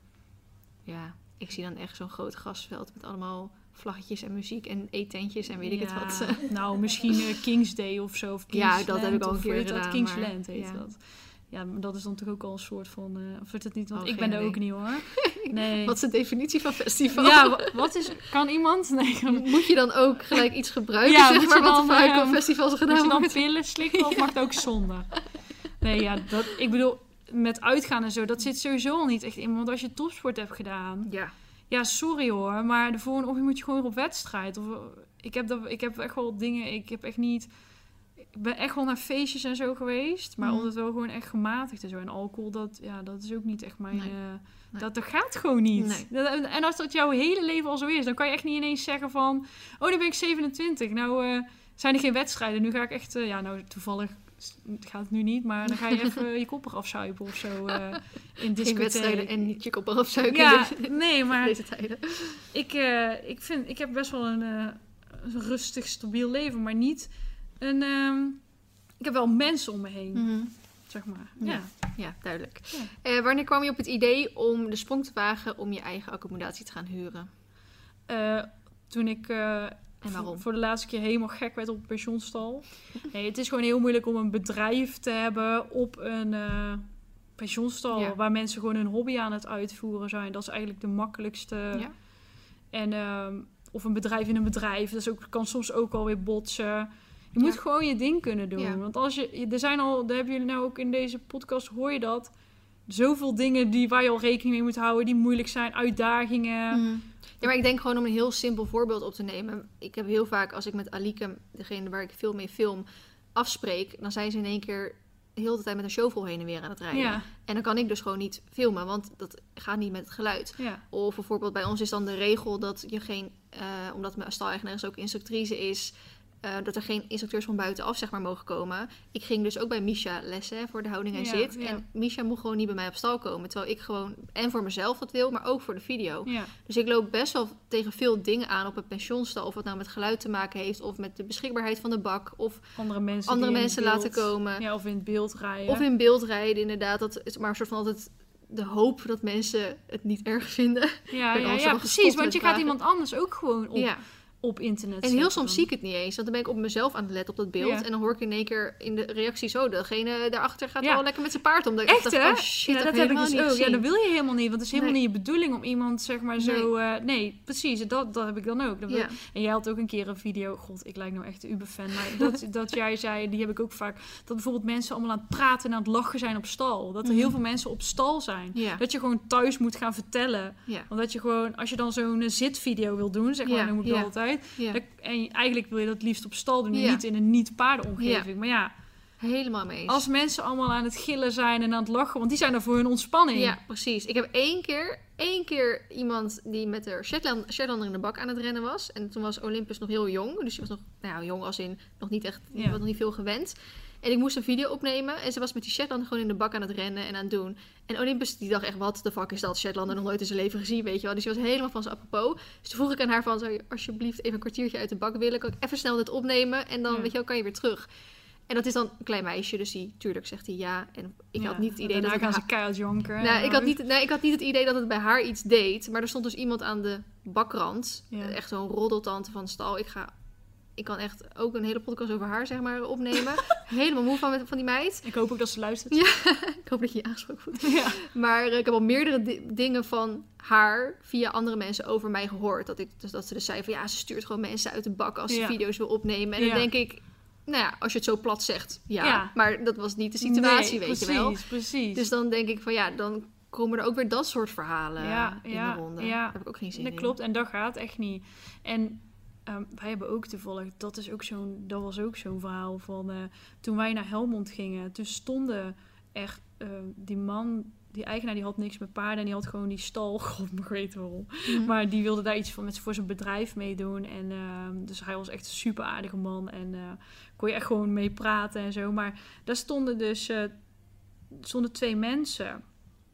Ja, ik zie dan echt zo'n groot grasveld met allemaal vlaggetjes en muziek en eetentjes en weet ik ja, het wat. Nou, misschien uh, King's Day of zo. Of King's ja, dat Land, heb ik al een keer heet gedaan. Dat? King's maar, Land heet ja. dat. Ja, maar dat is dan toch ook al een soort van... Uh, of is het niet? Want oh, ik ben er ook niet hoor. Nee. Wat is de definitie van festival? Ja, wat is... Kan iemand? Nee. Moet je dan ook gelijk iets gebruiken? Ja, zeg maar, dan, wat er vaak uh, op festivals gedaan wordt? Moet wordt? je dan pillen slikken of mag het ook zonder? Nee, ja, dat... Ik bedoel... Met uitgaan en zo, dat zit sowieso al niet echt in. Want als je topsport hebt gedaan... Ja. Ja, sorry hoor, maar de volgende ochtend moet je gewoon op wedstrijd. Of, ik, heb dat, ik heb echt wel dingen... Ik heb echt niet... Ik ben echt wel naar feestjes en zo geweest. Maar mm. altijd wel gewoon echt gematigd en zo. En alcohol, dat, ja, dat is ook niet echt mijn... Nee. Uh, nee. Dat, dat gaat gewoon niet. Nee. Dat, en als dat jouw hele leven al zo is... dan kan je echt niet ineens zeggen van... Oh, dan ben ik zevenentwintig. Nou, uh, zijn er geen wedstrijden. Nu ga ik echt... Uh, ja, nou, toevallig... Het gaat het nu niet, maar dan ga je even je kop eraf zuipen of zo uh, in discotheek. Geen wedstrijden en niet je kop eraf zuipen. Ja, nee, maar deze tijden. Ik, uh, ik vind, ik heb best wel een, uh, een rustig, stabiel leven, maar niet een. Um, ik heb wel mensen om me heen, mm-hmm. zeg maar. Ja, ja, ja duidelijk. Ja. Uh, wanneer kwam je op het idee om de sprong te wagen om je eigen accommodatie te gaan huren? Uh, toen ik. Uh, En waarom? Voor de laatste keer helemaal gek werd op een pensioenstal. Nee, het is gewoon heel moeilijk om een bedrijf te hebben op een uh, pensioenstal. Ja. Waar mensen gewoon hun hobby aan het uitvoeren zijn. Dat is eigenlijk de makkelijkste. Ja. En, um, of een bedrijf in een bedrijf. Dat is ook, kan soms ook alweer botsen. Je moet Ja. gewoon je ding kunnen doen. Ja. Want als je, er zijn al, daar hebben jullie nou ook in deze podcast, hoor je dat, zoveel dingen die, waar je al rekening mee moet houden, die moeilijk zijn, uitdagingen. Mm. Ja, maar ik denk gewoon om een heel simpel voorbeeld op te nemen. Ik heb heel vaak, als ik met Alike, degene waar ik veel mee film, afspreek, dan zijn ze in één keer de hele tijd met een shovel heen en weer aan het rijden. Ja. En dan kan ik dus gewoon niet filmen, want dat gaat niet met het geluid. Ja. Of bijvoorbeeld bij ons is dan de regel dat je geen, uh, omdat mijn stal-eigenares ook instructrice is, uh, dat er geen instructeurs van buitenaf zeg maar mogen komen. Ik ging dus ook bij Misha lessen hè, voor de houding en Ja, zit. ja. En Misha mocht gewoon niet bij mij op stal komen. Terwijl ik gewoon, en voor mezelf dat wil, maar ook voor de video. Ja. Dus ik loop best wel tegen veel dingen aan op het pensionstal. Of het nou met geluid te maken heeft, of met de beschikbaarheid van de bak. Of Andere mensen, andere die in mensen beeld- laten komen. Ja, of in het beeld rijden. Of in beeld rijden, inderdaad. Dat is maar een soort van altijd de hoop dat mensen het niet erg vinden. Ja, ben ja, al ja zo precies. gestopt Want met je gaat vragen. iemand anders ook gewoon op, Ja. op internet En zetten heel soms dan. zie ik het niet eens. Want dan ben ik op mezelf aan het letten op dat beeld. Ja. En dan hoor ik in één keer in de reactie zo. Degene daarachter gaat Ja. wel lekker met zijn paard om. Dat ik Echt, dacht, hè? oh shit, Ja, dat, dat heb ik helemaal dus niet ook. Ja, gezien. dat wil je helemaal niet. Want het is helemaal Nee. niet je bedoeling om iemand, zeg maar, zo... eh, nee, precies. Dat, dat heb ik dan ook. Dat wil- Ja. En jij had ook een keer een video... God, ik lijk nou echt een Uber-fan. Maar dat, dat jij zei, die heb ik ook vaak... Dat bijvoorbeeld mensen allemaal aan het praten en aan het lachen zijn op stal. Dat er Mhm. heel veel mensen op stal zijn. Ja. Dat je gewoon thuis moet gaan vertellen. Ja. Omdat je gewoon... Als je dan zo'n eh, zitvideo wil doen, zeg maar, Ja, dan moet ik ja. dat altijd. Ja. Dat- en eigenlijk wil je dat liefst op stal doen. En Ja. niet in een niet-paardenomgeving. Maar ja, Helemaal mee eens. als mensen allemaal aan het gillen zijn en aan het lachen... Want die zijn er voor hun ontspanning. Ja, precies. Ik heb één keer, één keer iemand die met de Shetland, Shetlander in de bak aan het rennen was. En toen was Olympus nog heel jong. Dus die was nog, nou ja, jong als in nog niet echt, die Ja. was nog niet veel gewend. En ik moest een video opnemen. En ze was met die Shetlander gewoon in de bak aan het rennen en aan het doen. En Olympus die dacht echt, wat de fuck is dat? Shetlander nog nooit in zijn leven gezien, weet je wel. Dus die was helemaal van zijn apropos. Dus toen vroeg ik aan haar van, zou je alsjeblieft even een kwartiertje uit de bak willen? Kan ik even snel dit opnemen? En dan, Ja. weet je wel, kan je weer terug. En dat is dan een klein meisje, dus die, tuurlijk zegt hij ja. En ik Ja, had niet het idee daarna dat het gaan haar- ze keihard janken. nou, ik had, niet, nee, ik had niet het idee dat het bij haar iets deed. Maar er stond dus iemand aan de bakrand. Ja. Echt zo'n roddeltante van stal. Ik, ga, ik kan echt ook een hele podcast over haar zeg maar, opnemen. Helemaal moe van, van die meid. Ik hoop ook dat ze luistert. Ja. Ik hoop dat je je aangesproken voelt. Ja. Maar eh, ik heb al meerdere di- dingen van haar via andere mensen over mij gehoord. Dat, ik, dus dat ze dus zei van ja, ze stuurt gewoon mensen uit de bak als ze Ja. video's wil opnemen. En Ja. dan denk ik, nou ja, als je het zo plat zegt, ja. Ja. Maar dat was niet de situatie, Nee, weet precies, je wel. Precies, Dus dan denk ik van ja, dan komen er ook weer dat soort verhalen Ja, in ja, de ronde. ja. Daar heb ik ook geen zin dat in. klopt. En dat gaat echt niet. En ehm, wij hebben ook toevallig, dat, is ook zo'n, dat was ook zo'n verhaal van... eh, toen wij naar Helmond gingen, toen stonden er eh, die man... Die eigenaar die had niks met paarden en die had gewoon die stal. God, ik weet waarom. Mhm. Maar die wilde daar iets van met, voor zijn bedrijf meedoen. En ehm, dus hij was echt een super aardige man. En eh, kon je echt gewoon mee praten en zo. Maar daar stonden dus eh, stonden twee mensen.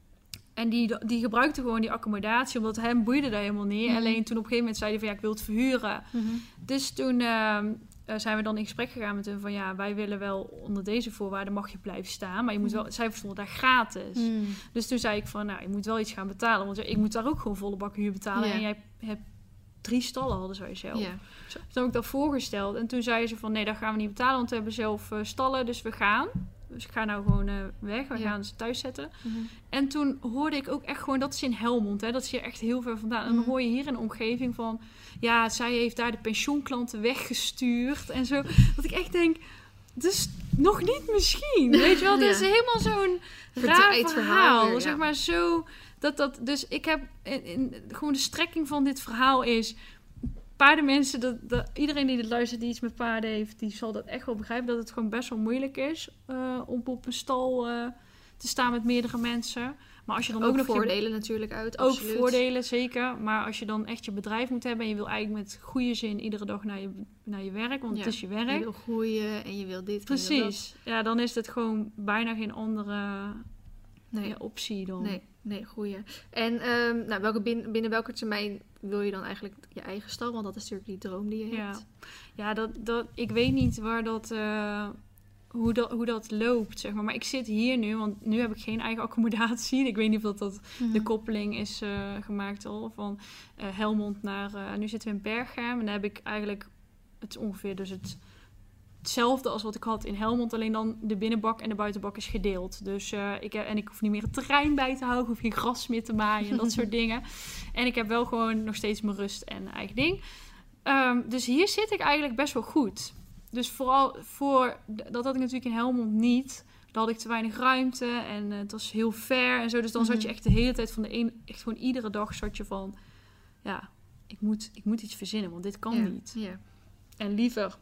En die, die gebruikten gewoon die accommodatie. Omdat hem boeide daar helemaal niet. Mhm. Alleen toen op een gegeven moment zei hij van ja, ik wil het verhuren. Mhm. Dus toen ehm, eh, zijn we dan in gesprek gegaan met hem van ja, wij willen wel onder deze voorwaarden mag je blijven staan. Maar je moet wel, zij stonden daar gratis. Mhm. Dus toen zei ik van, nou, je moet wel iets gaan betalen. Want ik moet daar ook gewoon volle bak huur betalen. Ja. En jij hebt drie stallen hadden zij zelf. Ja. Toen heb ik dat voorgesteld. En toen zei ze van, nee, dat gaan we niet betalen. Want we hebben zelf eh, stallen, dus we gaan. Dus ik ga nou gewoon eh, weg. We Ja. gaan ze thuis zetten. Mhm. En toen hoorde ik ook echt gewoon, dat is in Helmond. Hè, dat is hier echt heel ver vandaan. En dan Mhm. hoor je hier in de omgeving van... Ja, zij heeft daar de pensioenklanten weggestuurd. En zo. Dat ik echt denk... Dus nog niet misschien. Weet je wel? Dat Ja. is helemaal zo'n raar Verdraaid verhaal. verhaal weer, ja. Zeg maar zo... Dat, dat, dus ik heb... In, in- gewoon de strekking van dit verhaal is... Paardenmensen, dat, dat, iedereen die dit luistert die iets met paarden heeft... die zal dat echt wel begrijpen. Dat het gewoon best wel moeilijk is... eh, om op een stal eh, te staan met meerdere mensen. Maar als je dan ook, Ook nog je- voordelen natuurlijk uit. ook absoluut. voordelen, zeker. Maar als je dan echt je bedrijf moet hebben... en je wil eigenlijk met goede zin iedere dag naar je, naar je werk... want Ja. het is je Je werk. wil groeien en je wil dit. en je wil Precies. Ja, dan is het gewoon bijna geen andere dat. Nee, ja, optie dan. nee, nee, goeie. En ehm, nou, welke binnen, binnen welke termijn wil je dan eigenlijk je eigen stal? Want dat is natuurlijk die droom die je Ja, hebt. ja dat, dat, ik weet niet waar dat, eh, hoe, dat, hoe dat loopt, zeg maar. Maar ik zit hier nu, want nu heb ik geen eigen accommodatie. Ik weet niet of dat, dat Mhm. de koppeling is eh, gemaakt al. Van eh, Helmond naar... eh, nu zitten we in Berchem. En daar heb ik eigenlijk... Het is ongeveer dus het... Hetzelfde als wat ik had in Helmond, alleen dan de binnenbak en de buitenbak is gedeeld. Dus uh, ik heb, en ik hoef niet meer het terrein bij te houden, hoef geen gras meer te maaien en dat soort dingen. En ik heb wel gewoon nog steeds mijn rust en eigen ding. Um, dus hier zit ik eigenlijk best wel goed. dus vooral voor... Dat had ik natuurlijk in Helmond niet. Daar had ik te weinig ruimte. En uh, het was heel ver en zo. Dus dan mm-hmm. zat je echt de hele tijd van de een... Echt gewoon iedere dag zat je van... Ja, ik moet, ik moet iets verzinnen. Want dit kan yeah. niet. Yeah. En liever...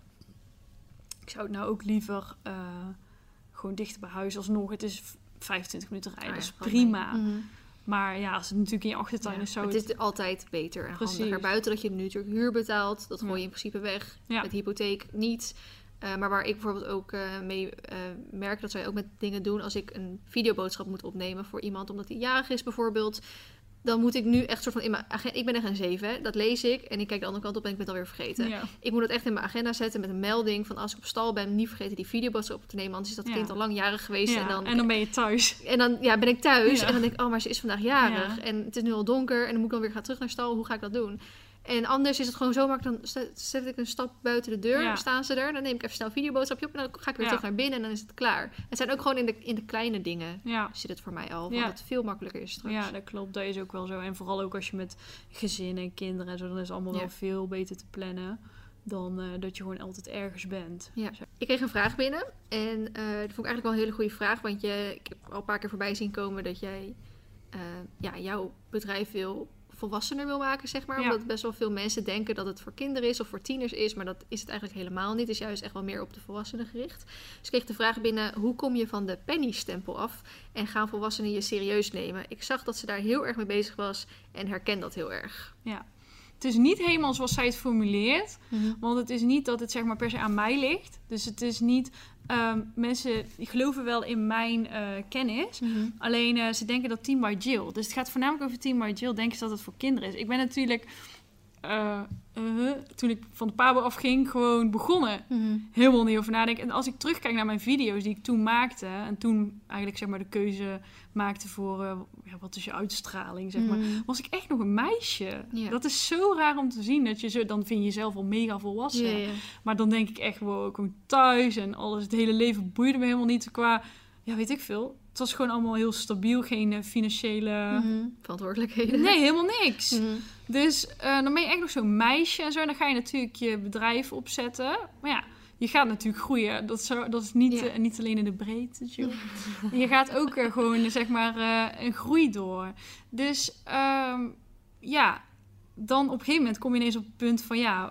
Ik zou het nou ook liever... Uh, gewoon dichter bij huis alsnog. Het is vijfentwintig minuten rijden. Oh, ja, dat is prima. Mm-hmm. Maar ja, als het natuurlijk in je achtertuin ja, is zo... Het is altijd beter en Precies. handiger. Buiten dat je nu natuurlijk huur betaalt. Dat gooi je ja. in principe weg. Ja. Met hypotheek niet. Uh, maar waar ik bijvoorbeeld ook uh, mee uh, merk... dat wij ook met dingen doen... als ik een videoboodschap moet opnemen voor iemand... omdat hij jarig is bijvoorbeeld... dan moet ik nu echt soort van in mijn agenda... Ik ben echt een zeven, hè? Dat lees ik. En ik kijk de andere kant op en ik ben het alweer vergeten. Ja. Ik moet het echt in mijn agenda zetten met een melding... van als ik op stal ben, niet vergeten die videoboodschap op te nemen... anders is dat ja. kind al lang jarig geweest. Ja. En, dan, en dan ben je thuis. En dan ja, ben ik thuis. Ja. En dan denk ik, oh, maar ze is vandaag jarig. Ja. En het is nu al donker. En dan moet ik dan weer gaan terug naar stal. Hoe ga ik dat doen? En anders is het gewoon zo makkelijk. Dan zet ik een stap buiten de deur. Ja. Staan ze er. Dan neem ik even snel een videoboodschapje op. En dan ga ik weer ja. terug naar binnen. En dan is het klaar. Het zijn ook gewoon in de, in de kleine dingen. Ja. Zit het voor mij al. Want ja. het veel makkelijker is straks. Ja, dat klopt. Dat is ook wel zo. En vooral ook als je met gezinnen en kinderen en zo. Dan is het allemaal ja. wel veel beter te plannen. Dan uh, dat je gewoon altijd ergens bent. Ja. Ik kreeg een vraag binnen. En uh, dat vond ik eigenlijk wel een hele goede vraag. Want je, ik heb al een paar keer voorbij zien komen dat jij uh, ja, jouw bedrijf wil... volwassener wil maken, zeg maar. Ja. Omdat best wel veel mensen denken dat het voor kinderen is of voor tieners is. Maar dat is het eigenlijk helemaal niet. Het is juist echt wel meer op de volwassenen gericht. Dus ik kreeg de vraag binnen, hoe kom je van de penny-stempel af en gaan volwassenen je serieus nemen? Ik zag dat ze daar heel erg mee bezig was en herken dat heel erg. Ja. Het is niet helemaal zoals zij het formuleert. Mm-hmm. Want het is niet dat het zeg maar per se aan mij ligt. Dus het is niet... Um, mensen die geloven wel in mijn uh, kennis. Mm-hmm. Alleen uh, ze denken dat Teen by Jill. Dus het gaat voornamelijk over Teen by Jill. Denken ze dat het voor kinderen is. Ik ben natuurlijk... Uh, uh, toen ik van de Pabo afging, gewoon begonnen. Mm-hmm. Helemaal niet over nadenken. En als ik terugkijk naar mijn video's die ik toen maakte... en toen eigenlijk zeg maar de keuze maakte voor... Uh, ja, wat is je uitstraling, zeg maar... Mm-hmm. was ik echt nog een meisje. Yeah. Dat is zo raar om te zien. Dat je zo, dan vind je jezelf al mega volwassen. Yeah, yeah. Maar dan denk ik echt, wow, ik kom thuis... en alles, het hele leven boeide me helemaal niet qua... ja, weet ik veel... Het was gewoon allemaal heel stabiel, geen uh, financiële... Mm-hmm. Verantwoordelijkheden. Nee, helemaal niks. Mm-hmm. Dus uh, dan ben je echt nog zo'n meisje en zo. Dan ga je natuurlijk je bedrijf opzetten. Maar ja, je gaat natuurlijk groeien. Dat is, zo, dat is niet, ja. uh, niet alleen in de breedte. Ja. Je gaat ook uh, gewoon, zeg maar, uh, een groei door. Dus um, ja, dan op een gegeven moment kom je ineens op het punt van... ja,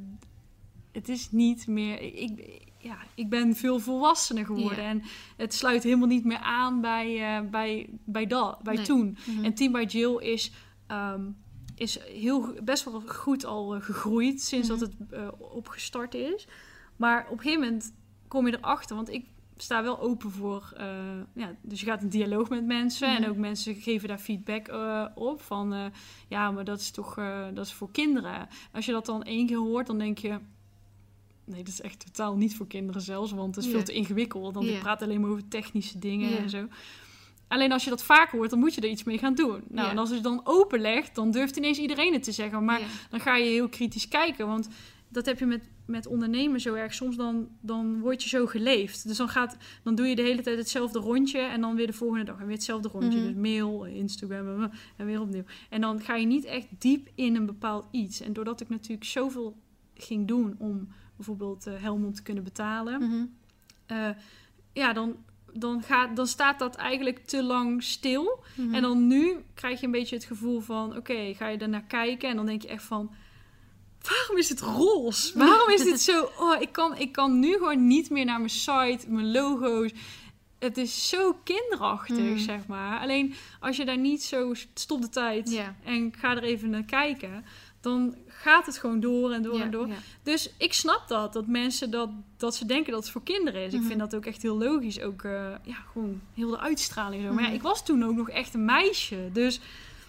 het is niet meer... Ik, Ja, ik ben veel volwassener geworden. Yeah. En het sluit helemaal niet meer aan bij, uh, bij, bij, dat, bij nee. toen. Mm-hmm. En Teen by Jill is, um, is heel, best wel goed al uh, gegroeid sinds mm-hmm. dat het uh, opgestart is. Maar op een gegeven moment kom je erachter. Want ik sta wel open voor... Uh, ja, dus je gaat in dialoog met mensen. Mm-hmm. En ook mensen geven daar feedback uh, op. Van uh, ja, maar dat is toch uh, dat is voor kinderen. Als je dat dan één keer hoort, dan denk je... Nee, dat is echt totaal niet voor kinderen zelfs. Want het is yeah. veel te ingewikkeld. Want yeah. ik praat alleen maar over technische dingen yeah. en zo. Alleen als je dat vaker hoort, dan moet je er iets mee gaan doen. Nou, yeah. en als je dan openlegt, dan durft ineens iedereen het te zeggen. Maar yeah. dan ga je heel kritisch kijken. Want dat heb je met, met ondernemen zo erg. Soms dan, dan word je zo geleefd. Dus dan, gaat, dan doe je de hele tijd hetzelfde rondje. En dan weer de volgende dag en weer hetzelfde rondje. Mm-hmm. Dus mail, Instagram en weer opnieuw. En dan ga je niet echt diep in een bepaald iets. En doordat ik natuurlijk zoveel ging doen om... bijvoorbeeld uh, Helmond te kunnen betalen. Mm-hmm. Uh, ja, dan, dan, gaat, dan staat dat eigenlijk te lang stil. Mm-hmm. En dan nu krijg je een beetje het gevoel van... oké, okay, ga je ernaar kijken en dan denk je echt van... waarom is het roze? Waarom is dit zo... Oh, ik kan, ik kan nu gewoon niet meer naar mijn site, mijn logo's... Het is zo kinderachtig, mm. zeg maar. Alleen als je daar niet zo... stop de tijd yeah. en ga er even naar kijken... dan gaat het gewoon door en door ja, en door. Ja. Dus ik snap dat, dat mensen dat, dat ze denken dat het voor kinderen is. Mm-hmm. Ik vind dat ook echt heel logisch. Ook uh, ja, gewoon heel de uitstraling. Zo. Mm-hmm. Maar ja, ik was toen ook nog echt een meisje. Dus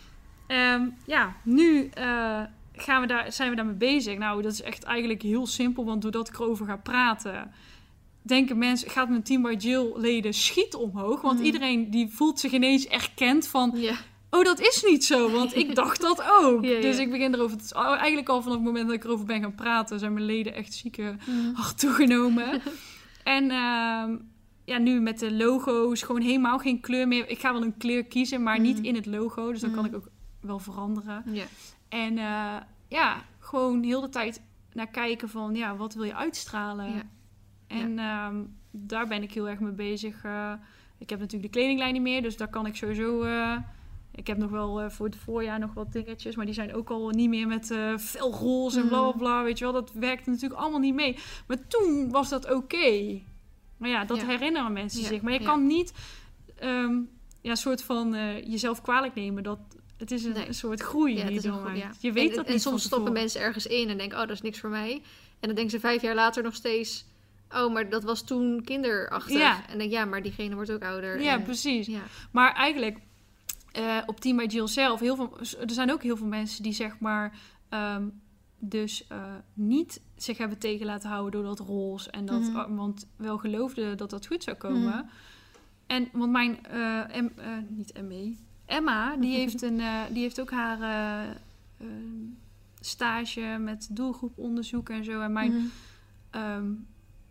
um, ja, nu uh, gaan we daar, zijn we daarmee bezig. Nou, dat is echt eigenlijk heel simpel. Want doordat ik erover ga praten... denken mensen, gaat mijn Teen by Jill leden schiet omhoog. Want mm-hmm. iedereen die voelt zich ineens erkend van... Yeah. Oh, dat is niet zo, want ik dacht dat ook. Ja, ja. Dus ik begin erover... Te, eigenlijk al vanaf het moment dat ik erover ben gaan praten... zijn mijn leden echt zieke mm. hard toegenomen. En uh, ja, nu met de logo's gewoon helemaal geen kleur meer. Ik ga wel een kleur kiezen, maar mm. niet in het logo. Dus dan mm. kan ik ook wel veranderen. Ja. En uh, ja, gewoon heel de tijd naar kijken van, ja, wat wil je uitstralen? Ja. En ja. um, daar ben ik heel erg mee bezig. Uh, ik heb natuurlijk de kledinglijn niet meer, dus daar kan ik sowieso... Uh, ik heb nog wel uh, voor het voorjaar nog wat dingetjes, maar die zijn ook al niet meer met uh, felroze en bla bla bla, weet je wel. Dat werkt natuurlijk allemaal niet mee. Maar toen was dat oké. Okay. Maar ja, dat ja. herinneren mensen ja. zich. Maar je ja. kan niet um, ja, soort van uh, jezelf kwalijk nemen. Dat, het is een, nee. een soort groei ja, die je doormaakt. Ja. Je weet en, dat en, niet en soms stoppen tevoren. mensen ergens in en denken, oh, dat is niks voor mij. En dan denken ze vijf jaar later nog steeds... Oh, maar dat was toen kinderachtig. Ja. En denk ja, maar diegene wordt ook ouder. Ja, en, precies. Ja. Maar eigenlijk, uh, op Team by Jill zelf... Heel veel, er zijn ook heel veel mensen die zeg maar... Um, dus uh, niet zich hebben tegen laten houden door dat roze. En dat, mm-hmm. Want wel geloofden dat dat goed zou komen. Mm. En, want mijn... Uh, M, uh, niet M E. Emma, die heeft, een, uh, die heeft ook haar uh, uh, stage met doelgroeponderzoek en zo. En mijn... Mm. Um,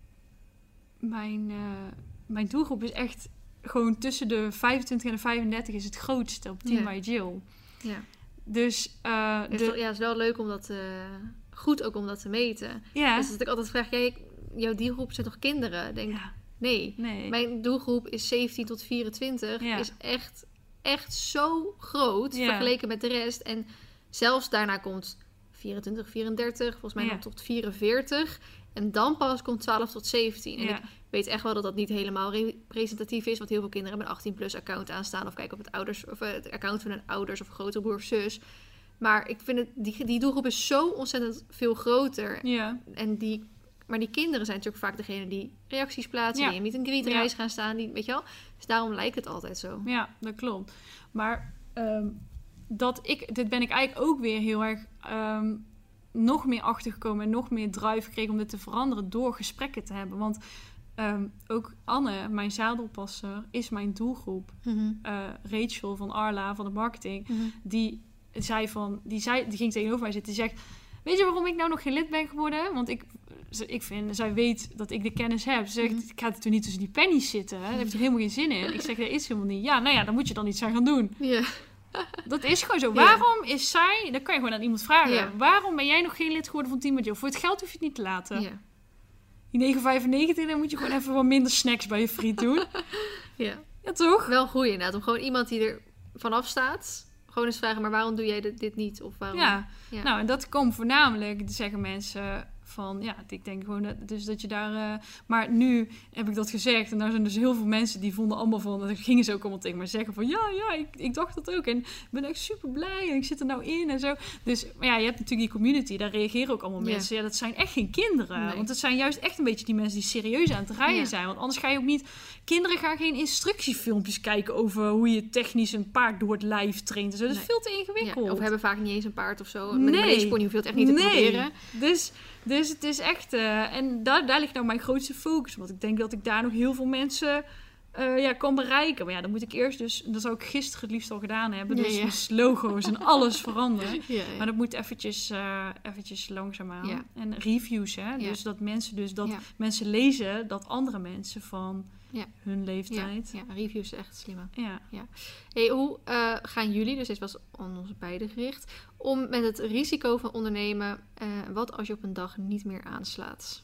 Mijn, uh, mijn doelgroep is echt gewoon tussen de vijfentwintig en de vijfendertig is het grootste op Team by Jill. Ja. Dus uh, is de... wel, ja, het is wel leuk om dat uh, goed ook om dat te meten. Ja. Dus dat ik altijd vraag, jij, jouw doelgroep zijn toch kinderen? Denk, ja. nee. nee. Mijn doelgroep is zeventien tot vierentwintig. Ja. Is echt, echt zo groot ja. vergeleken met de rest. En zelfs daarna komt vierentwintig, vierendertig, volgens mij ja. nog tot vierenveertig. En dan pas komt twaalf tot zeventien. En ja. ik weet echt wel dat dat niet helemaal representatief is. Want heel veel kinderen hebben een achttien plus account aanstaan. Of kijken op het, ouders, of het account van hun ouders of grote broer of zus. Maar ik vind het, die, die doelgroep is zo ontzettend veel groter. Ja. En die, maar die kinderen zijn natuurlijk vaak degene die reacties plaatsen. Ja. Die in meet and greet reis ja. gaan staan. Die, weet je wel? Dus daarom lijkt het altijd zo. Ja, dat klopt. Maar um, dat ik, dit ben ik eigenlijk ook weer heel erg... Um, nog meer achtergekomen en nog meer drive gekregen om dit te veranderen door gesprekken te hebben. Want um, ook Anne, mijn zadelpasser, is mijn doelgroep. Mm-hmm. Uh, Rachel van Arla, van de marketing, mm-hmm. die zei van, die, zei, die ging tegenover mij zitten. Die zegt, weet je waarom ik nou nog geen lid ben geworden? Want ik, ik vind, zij weet dat ik de kennis heb. Ze zegt, mm-hmm. ik ga er toen niet tussen die pennies zitten. Hè? Daar heeft er helemaal geen zin in. Ik zeg, dat is helemaal niet. Ja, nou ja, dan moet je dan iets aan gaan doen. Yeah. Dat is gewoon zo. Waarom ja. is zij... Dan kan je gewoon aan iemand vragen. Ja. Waarom ben jij nog geen lid geworden van Team by Jill? Voor het geld hoef je het niet te laten. Ja. Die negen vijfennegentig, dan moet je gewoon even wat minder snacks bij je friet doen. Ja. Ja, toch? Wel goed inderdaad. Om gewoon iemand die er vanaf staat... Gewoon eens vragen, maar waarom doe jij dit, dit niet? Of waarom... Ja. ja. Nou, en dat komt voornamelijk, zeggen mensen... Van, ja, ik denk gewoon dat, dus dat je daar... Uh, maar nu heb ik dat gezegd. En daar zijn dus heel veel mensen die vonden allemaal van... Dan gingen ze ook allemaal tegen mij zeggen van... Ja, ja, ik, ik dacht dat ook. En ik ben echt super blij. En ik zit er nou in en zo. Dus maar ja, je hebt natuurlijk die community. Daar reageren ook allemaal mensen. Ja, ja dat zijn echt geen kinderen. Nee. Want het zijn juist echt een beetje die mensen die serieus aan het rijden ja. zijn. Want anders ga je ook niet... Kinderen gaan geen instructiefilmpjes kijken over hoe je technisch een paard door het lijf traint. En zo. Dat is nee. veel te ingewikkeld. Ja, of hebben vaak niet eens een paard of zo. Nee. Met deze pony hoef je het echt niet te nee. proberen. Dus... Dus het is echt... Uh, en daar, daar ligt nou mijn grootste focus. Want ik denk dat ik daar nog heel veel mensen uh, ja, kan bereiken. Maar ja, dan moet ik eerst dus... Dat zou ik gisteren het liefst al gedaan hebben. Dus, ja, ja. dus logo's en alles veranderen. Ja, ja. Maar dat moet eventjes, uh, eventjes langzaamaan. Ja. En reviews, hè. Ja. Dus dat mensen dus... Dat ja. mensen lezen dat andere mensen van... Ja. hun leeftijd. Ja, ja, reviews is echt slimmer. Ja. ja. Hey, hoe uh, gaan jullie, dus dit was aan onze beiden gericht, om met het risico van ondernemen, uh, wat als je op een dag niet meer aanslaat?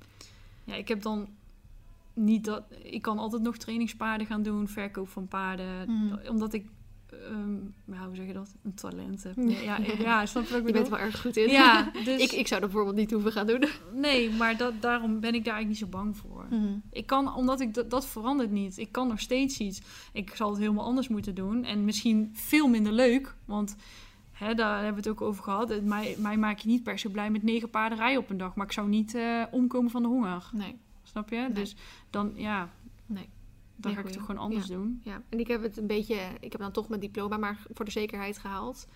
Ja, ik heb dan niet dat... Ik kan altijd nog trainingspaarden gaan doen, verkoop van paarden. Mm. Omdat ik... Um, ja, hoe zeg je dat? Een talent heb. Ja, ja, ja, ja snap je wat ik Je bent wel erg goed in. Ja, dus... ik, ik zou dat bijvoorbeeld niet hoeven gaan doen. Nee, maar dat, daarom ben ik daar eigenlijk niet zo bang voor. Mm-hmm. Ik kan, omdat ik dat, dat verandert niet. Ik kan nog steeds iets. Ik zal het helemaal anders moeten doen. En misschien veel minder leuk. Want hè, daar hebben we het ook over gehad. Mij, mij maak je niet per se blij met negen paarden rijden op een dag. Maar ik zou niet uh, omkomen van de honger. Nee. Snap je? Nee. Dus dan, ja... Nee. Dan nee, ga ik het toch gewoon anders ja. doen. Ja, en ik heb het een beetje... Ik heb dan toch mijn diploma maar voor de zekerheid gehaald.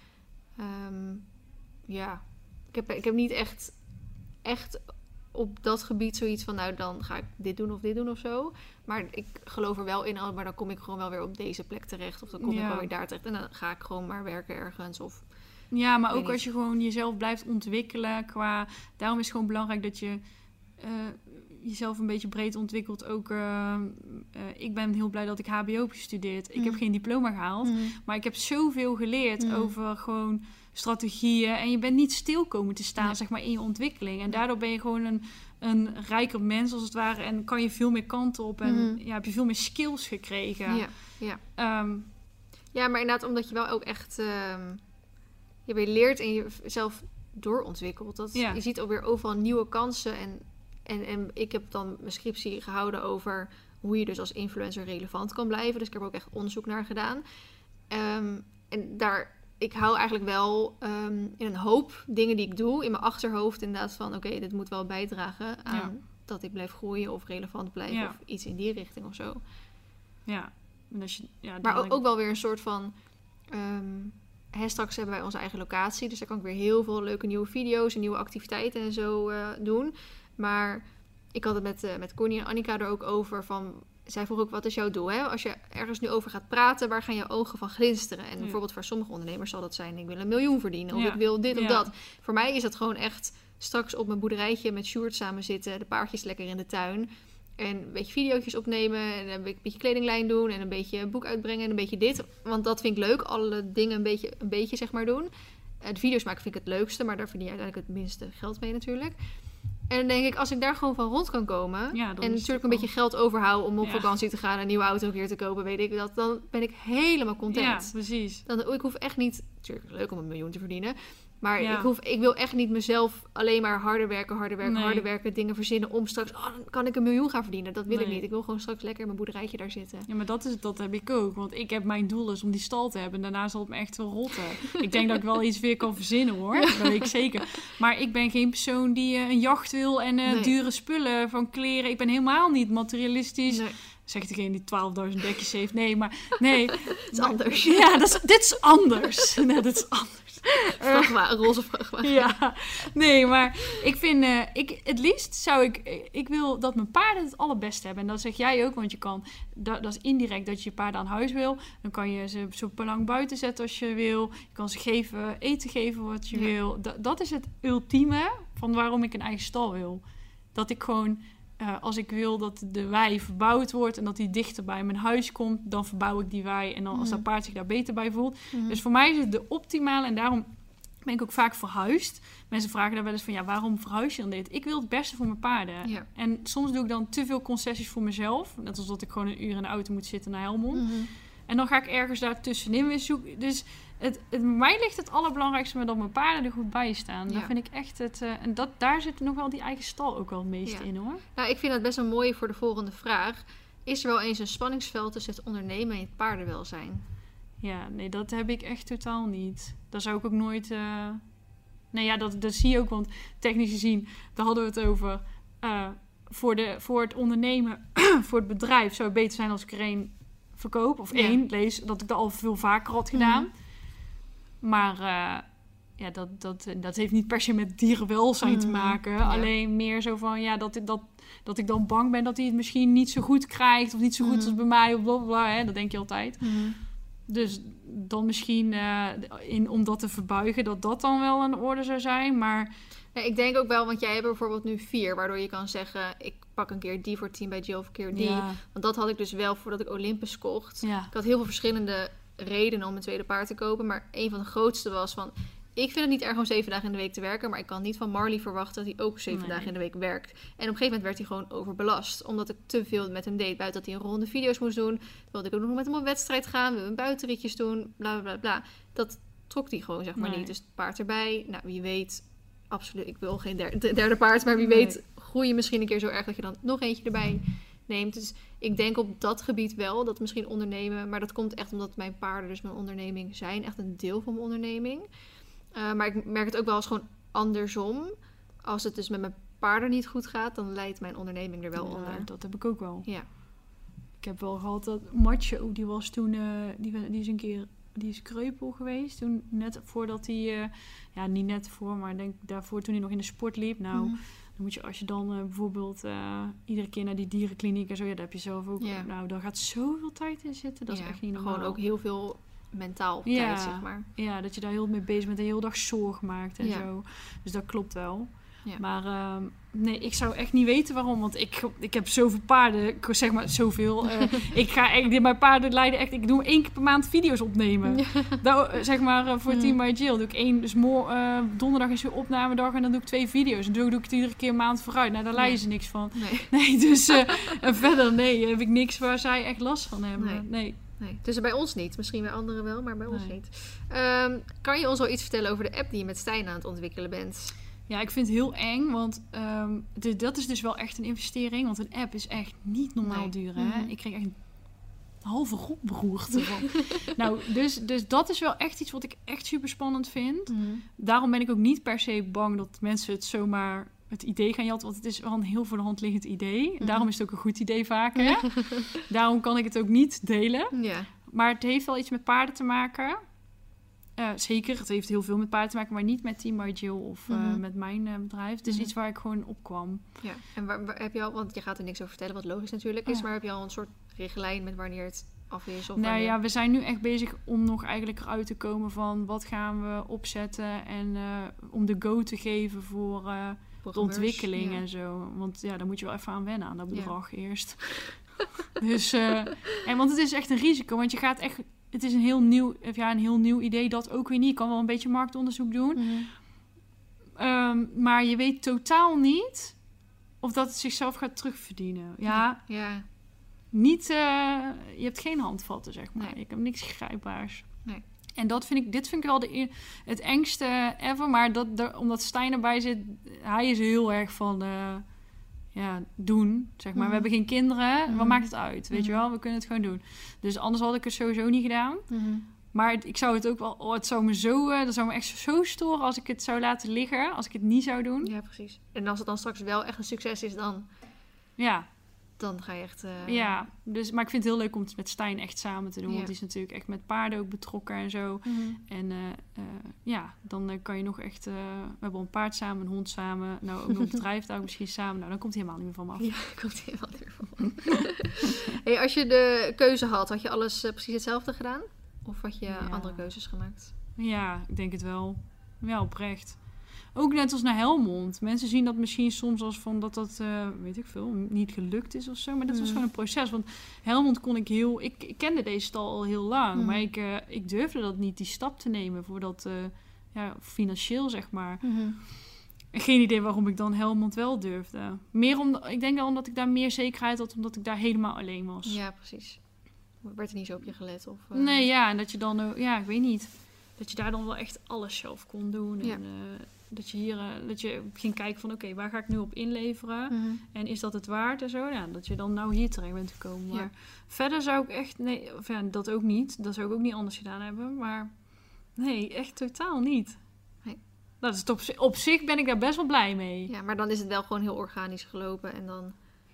Um, ja. Ik heb, ik heb niet echt, echt op dat gebied zoiets van... Nou, dan ga ik dit doen of dit doen of zo. Maar ik geloof er wel in. Maar dan kom ik gewoon wel weer op deze plek terecht. Of dan kom ja. ik wel weer daar terecht. En dan ga ik gewoon maar werken ergens. Of, ja, maar ook niet. Als je gewoon jezelf blijft ontwikkelen qua... Daarom is het gewoon belangrijk dat je... Uh, jezelf een beetje breed ontwikkelt. Ook, uh, uh, ik ben heel blij dat ik H B O heb gestudeerd. Mm. Ik heb geen diploma gehaald. Mm. Maar ik heb zoveel geleerd Mm. over gewoon strategieën. En je bent niet stil komen te staan, Nee. zeg maar, in je ontwikkeling. En daardoor ben je gewoon een, een rijker mens, als het ware. En kan je veel meer kanten op. En Mm. ja, heb je veel meer skills gekregen. Ja, ja. Um, ja, maar inderdaad, omdat je wel ook echt... Um, je weer leert en jezelf doorontwikkelt. Dat, Ja. Je ziet ook weer overal nieuwe kansen. En, en, en ik heb dan mijn scriptie gehouden over hoe je dus als influencer relevant kan blijven. Dus ik heb er ook echt onderzoek naar gedaan. Um, en daar... Ik hou eigenlijk wel um, in een hoop dingen die ik doe in mijn achterhoofd inderdaad van... oké, okay, dit moet wel bijdragen aan Ja. dat ik blijf groeien of relevant blijf... Ja. of iets in die richting of zo. ja. En als je, ja, Maar dadelijk... ook, ook wel weer een soort van... Um, hè, straks hebben wij onze eigen locatie. Dus daar kan ik weer heel veel leuke nieuwe video's en nieuwe activiteiten en zo uh, doen. Maar ik had het met, uh, met Connie en Annika er ook over van... Zij vroeg ook, wat is jouw doel? Hè? Als je ergens nu over gaat praten, waar gaan je ogen van glinsteren? En ja. bijvoorbeeld voor sommige ondernemers zal dat zijn... ik wil een miljoen verdienen of ja. ik wil dit of ja. dat. Voor mij is dat gewoon echt straks op mijn boerderijtje met Sjoerd samen zitten... de paardjes lekker in de tuin... en een beetje video's opnemen en een beetje kledinglijn doen... en een beetje een boek uitbrengen en een beetje dit. Want dat vind ik leuk, alle dingen een beetje, een beetje zeg maar doen. Uh, de video's maken vind ik het leukste, maar daar verdien je uiteindelijk het minste geld mee natuurlijk... En dan denk ik, als ik daar gewoon van rond kan komen... Ja, en natuurlijk een beetje geld overhouden om op ja. vakantie te gaan... een nieuwe auto een keer te kopen, weet ik dat... dan ben ik helemaal content. Ja, precies. Dan, ik hoef echt niet... Natuurlijk leuk om een miljoen te verdienen... maar ja. ik, hoef, ik wil echt niet mezelf alleen maar harder werken, harder werken, nee. harder werken... dingen verzinnen om straks... oh, dan kan ik een miljoen gaan verdienen. Dat wil nee. ik niet. Ik wil gewoon straks lekker in mijn boerderijtje daar zitten. Ja, maar dat, is, dat heb ik ook. Want ik heb mijn doel is om die stal te hebben. En daarna zal het me echt wel rotten. Ik denk dat ik wel iets weer kan verzinnen, hoor. Ja. Dat weet ik zeker. Maar ik ben geen persoon die uh, een jacht wil en uh, nee. dure spullen van kleren. Ik ben helemaal niet materialistisch. Nee. Zegt degene die twaalfduizend dekjes heeft. Nee, maar nee. Het is maar, anders. Ja, dat is, dit is anders. Nee, dat is anders. Vrachtwagen, roze vrachtwagen. Ja, nee, maar ik vind, uh, ik, het liefst zou ik, ik wil dat mijn paarden het allerbeste hebben. En dat zeg jij ook, want je kan, dat, dat is indirect dat je je paarden aan huis wil. Dan kan je ze zo lang buiten zetten als je wil. Je kan ze geven, eten geven wat je ja. wil. Da, dat is het ultieme van waarom ik een eigen stal wil. Dat ik gewoon... Uh, als ik wil dat de wei verbouwd wordt en dat die dichter bij mijn huis komt, dan verbouw ik die wei. En dan mm. als dat paard zich daar beter bij voelt. Mm. Dus voor mij is het de optimale en daarom ben ik ook vaak verhuisd. Mensen vragen daar wel eens van, ja, waarom verhuis je dan dit? Ik wil het beste voor mijn paarden. Ja. En soms doe ik dan te veel concessies voor mezelf. Net als dat ik gewoon een uur in de auto moet zitten naar Helmond. Mm-hmm. En dan ga ik ergens daar tussenin weer zoeken. Dus het, het, mij ligt het allerbelangrijkste maar dat mijn paarden er goed bij staan. Ja. Dat vind ik echt het... Uh, en dat, daar zit nog wel die eigen stal ook wel het meeste ja. in, hoor. Nou, ik vind dat best wel mooi voor de volgende vraag. Is er wel eens een spanningsveld tussen het ondernemen en het paardenwelzijn? Ja, nee, dat heb ik echt totaal niet. Daar zou ik ook nooit... Uh... Nee, ja, dat, dat zie je ook, want technisch gezien, daar hadden we het over... Uh, voor, de, voor het ondernemen, voor het bedrijf zou het beter zijn als ik er één verkoop. Of ja. één, lees, dat ik dat al veel vaker had gedaan. Mm. Maar uh, ja, dat, dat, dat heeft niet per se met dierenwelzijn mm. te maken. Ja. Alleen meer zo van, ja, dat, dat, dat ik dan bang ben dat hij het misschien niet zo goed krijgt. Of niet zo goed mm. als bij mij, of blablabla. Hè, dat denk je altijd. Mm. Dus dan misschien, uh, in, om dat te verbuigen, dat dat dan wel een orde zou zijn. Maar... Ja, ik denk ook wel, want jij hebt bijvoorbeeld nu vier, waardoor je kan zeggen, ik pak een keer die voor tien bij Jill of een keer die. Ja. Want dat had ik dus wel voordat ik Olympus kocht. Ja. Ik had heel veel verschillende redenen om een tweede paard te kopen. Maar een van de grootste was van, ik vind het niet erg om zeven dagen in de week te werken. Maar ik kan niet van Marley verwachten dat hij ook zeven nee. dagen in de week werkt. En op een gegeven moment werd hij gewoon overbelast. Omdat ik te veel met hem deed. Buiten dat hij een ronde video's moest doen. Wilde ik ook nog met hem op wedstrijd gaan. We wilden buitenritjes doen. Bla bla bla. Dat trok hij gewoon zeg maar nee. niet. Dus het paard erbij. Nou, wie weet... Absoluut, ik wil geen derde, derde paard. Maar wie nee. weet groei je misschien een keer zo erg dat je dan nog eentje erbij neemt. Dus ik denk op dat gebied wel dat misschien ondernemen. Maar dat komt echt omdat mijn paarden dus mijn onderneming zijn. Echt een deel van mijn onderneming. Uh, maar ik merk het ook wel eens gewoon andersom. Als het dus met mijn paarden niet goed gaat, dan leidt mijn onderneming er wel ja, onder. Dat heb ik ook wel. Ja. Ik heb wel gehad dat Macho, die was toen, uh, die, die is een keer... Die is kreupel geweest. Toen net voordat hij... Uh, ja, niet net voor, maar denk daarvoor toen hij nog in de sport liep. Nou, mm. dan moet je als je dan uh, bijvoorbeeld uh, iedere keer naar die dierenkliniek en zo... Ja, daar heb je zelf ook... Yeah. Nou, daar gaat zoveel tijd in zitten. Dat yeah. is echt niet normaal. Gewoon ook heel veel mentaal ja. tijd, zeg maar. Ja, dat je daar heel mee bezig bent. En de hele dag zorg maakt en ja. zo. Dus dat klopt wel. Ja. Maar... Um, Nee, ik zou echt niet weten waarom. Want ik, ik heb zoveel paarden. Ik zeg maar zoveel. Uh, ik ga echt... Mijn paarden leiden echt... Ik doe één keer per maand video's opnemen. Ja. Dan, zeg maar uh, voor mm. Team by Jill doe ik één... Dus mo- uh, donderdag is weer opnamedag en dan doe ik twee video's. En dan doe ik het iedere keer een maand vooruit. Nou, daar leiden nee. ze niks van. Nee, nee dus uh, en verder nee, heb ik niks waar zij echt last van hebben. Nee. nee. Nee, dus bij ons niet. Misschien bij anderen wel, maar bij ons nee. niet. Um, kan je ons wel iets vertellen over de app die je met Stijn aan het ontwikkelen bent? Ja, ik vind het heel eng, want um, de, dat is dus wel echt een investering. Want een app is echt niet normaal nee. duur, hè? Mm-hmm. Ik kreeg echt een halve rotberoerte van. nou, dus, dus dat is wel echt iets wat ik echt super spannend vind. Mm-hmm. Daarom ben ik ook niet per se bang dat mensen het zomaar het idee gaan jatten. Want het is wel een heel voor de hand liggend idee. Mm-hmm. Daarom is het ook een goed idee vaak, hè? Ja. Daarom kan ik het ook niet delen. Ja. Maar het heeft wel iets met paarden te maken. Uh, zeker, het heeft heel veel met paarden te maken, maar niet met Team by Jill of uh, mm-hmm. met mijn uh, bedrijf. Het is mm-hmm. iets waar ik gewoon op kwam. Ja, en waar, waar heb je al, want je gaat er niks over vertellen, wat logisch natuurlijk is, oh. maar heb je al een soort richtlijn met wanneer het af is? Of nou wanneer... ja, we zijn nu echt bezig om nog eigenlijk eruit te komen van wat gaan we opzetten en uh, om de go te geven voor, uh, voor de ontwikkeling ja. en zo. Want ja, daar moet je wel even aan wennen, aan dat bedrag ja. eerst. dus, uh, en want het is echt een risico, want je gaat echt... Het is een heel nieuw, ja, een heel nieuw idee, dat ook weer niet. Je kan wel een beetje marktonderzoek doen. Mm-hmm. Um, maar je weet totaal niet of dat het zichzelf gaat terugverdienen. Ja, ja. Niet, uh, je hebt geen handvatten, zeg maar. Nee. Je hebt niks grijpbaars. Nee. En dat vind ik, dit vind ik wel de, het engste ever. Maar dat, de, omdat Stijn erbij zit, hij is heel erg van... Uh, ja, doen, zeg maar. Mm-hmm. We hebben geen kinderen. Mm-hmm. Wat maakt het uit? Weet mm-hmm. je wel? We kunnen het gewoon doen. Dus anders had ik het sowieso niet gedaan. Mm-hmm. Maar het, ik zou het ook wel... Oh, het zou me zo... Uh, dat zou me echt zo storen als ik het zou laten liggen. Als ik het niet zou doen. Ja, precies. En als het dan straks wel echt een succes is, dan... Ja. Dan ga je echt... Uh... Ja, dus, maar ik vind het heel leuk om het met Stijn echt samen te doen. Ja. Want die is natuurlijk echt met paarden ook betrokken en zo. Mm-hmm. En uh, uh, ja, dan uh, kan je nog echt... Uh, we hebben een paard samen, een hond samen. Nou, ook nog een bedrijf misschien samen. Nou, dan komt hij helemaal niet meer van me af. Ja, komt hij helemaal niet meer van me af. Hey, als je de keuze had, had je alles uh, precies hetzelfde gedaan? Of had je ja. andere keuzes gemaakt? Ja, ik denk het wel. Ja, oprecht. Ook net als naar Helmond. Mensen zien dat misschien soms als van dat dat, uh, weet ik veel, niet gelukt is of zo. Maar dat mm. was gewoon een proces. Want Helmond kon ik heel... Ik, ik kende deze stal al heel lang. Mm. Maar ik, uh, ik durfde dat niet, die stap te nemen. Voor dat, uh, ja, financieel zeg maar. Mm-hmm. Geen idee waarom ik dan Helmond wel durfde. Meer om, ik denk wel omdat ik daar meer zekerheid had. Omdat ik daar helemaal alleen was. Ja, precies. Werd er niet zo op je gelet? Of, uh... Nee, ja. En dat je dan... Uh, ja, ik weet niet. Dat je daar dan wel echt alles zelf kon doen. Ja. En... Uh, Dat je hier uh, dat je ging kijken van oké, okay, waar ga ik nu op inleveren? Mm-hmm. En is dat het waard en zo? Ja, dat je dan nou hier terecht bent gekomen. Maar ja. verder zou ik echt, nee, of ja, dat ook niet. Dat zou ik ook niet anders gedaan hebben. Maar nee, echt totaal niet. Nee. Dat is het op, op zich ben ik daar best wel blij mee. Ja, maar dan is het wel gewoon heel organisch gelopen en dan...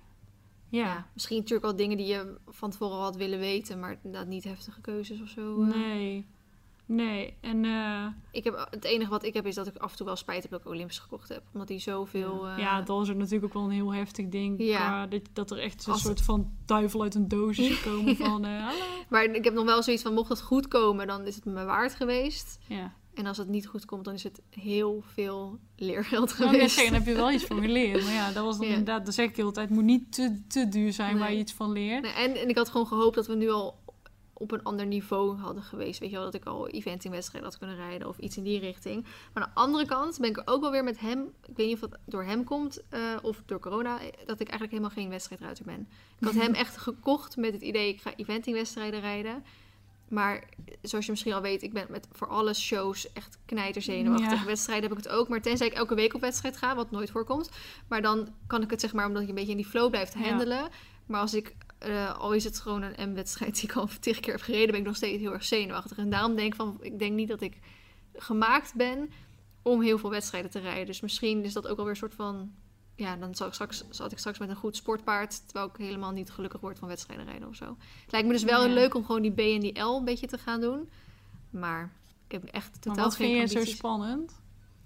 Ja. ja misschien natuurlijk al dingen die je van tevoren had willen weten, maar dat niet heftige keuzes of zo. Uh... Nee. Nee, en... Uh... Ik heb, het enige wat ik heb is dat ik af en toe wel spijt heb dat ik Olympus gekocht heb. Omdat die zoveel... Ja, uh... ja dat was ook natuurlijk ook wel een heel heftig ding. Ja. Dat, dat er echt een Als soort het... van duivel uit een doos is gekomen van... Uh, hallo. Maar ik heb nog wel zoiets van, mocht het goed komen, dan is het me waard geweest. Ja. En als het niet goed komt, dan is het heel veel leergeld nou, geweest. Dan heb je wel iets van geleerd. Maar ja, dat was dan ja. inderdaad... Dan zeg ik de hele tijd, het moet niet te, te duur zijn nee. waar je iets van leert. Nee, en, en ik had gewoon gehoopt dat we nu al... op een ander niveau hadden geweest. Weet je wel, dat ik al eventingwedstrijden had kunnen rijden of iets in die richting. Maar aan de andere kant ben ik er ook wel weer met hem... Ik weet niet of dat door hem komt uh, of door corona... dat ik eigenlijk helemaal geen wedstrijdruiter ben. Ik had hem echt gekocht met het idee... ik ga eventingwedstrijden rijden. Maar zoals je misschien al weet... ik ben met voor alle shows echt knijterzenuwachtig. Ja. Wedstrijden heb ik het ook. Maar tenzij ik elke week op wedstrijd ga... wat nooit voorkomt. Maar dan kan ik het zeg maar... omdat ik een beetje in die flow blijf handelen. Ja. Maar als ik... Uh, al is het gewoon een M-wedstrijd die ik al tig keer heb gereden, ben ik nog steeds heel erg zenuwachtig. En daarom denk ik van, ik denk niet dat ik gemaakt ben om heel veel wedstrijden te rijden. Dus misschien is dat ook alweer een soort van, ja, dan zal ik straks, zat ik straks met een goed sportpaard, terwijl ik helemaal niet gelukkig word van wedstrijden rijden of zo. Het lijkt me dus wel ja. leuk om gewoon die B en die L een beetje te gaan doen. Maar ik heb echt totaal maar wat geen vind je ambities. zo spannend?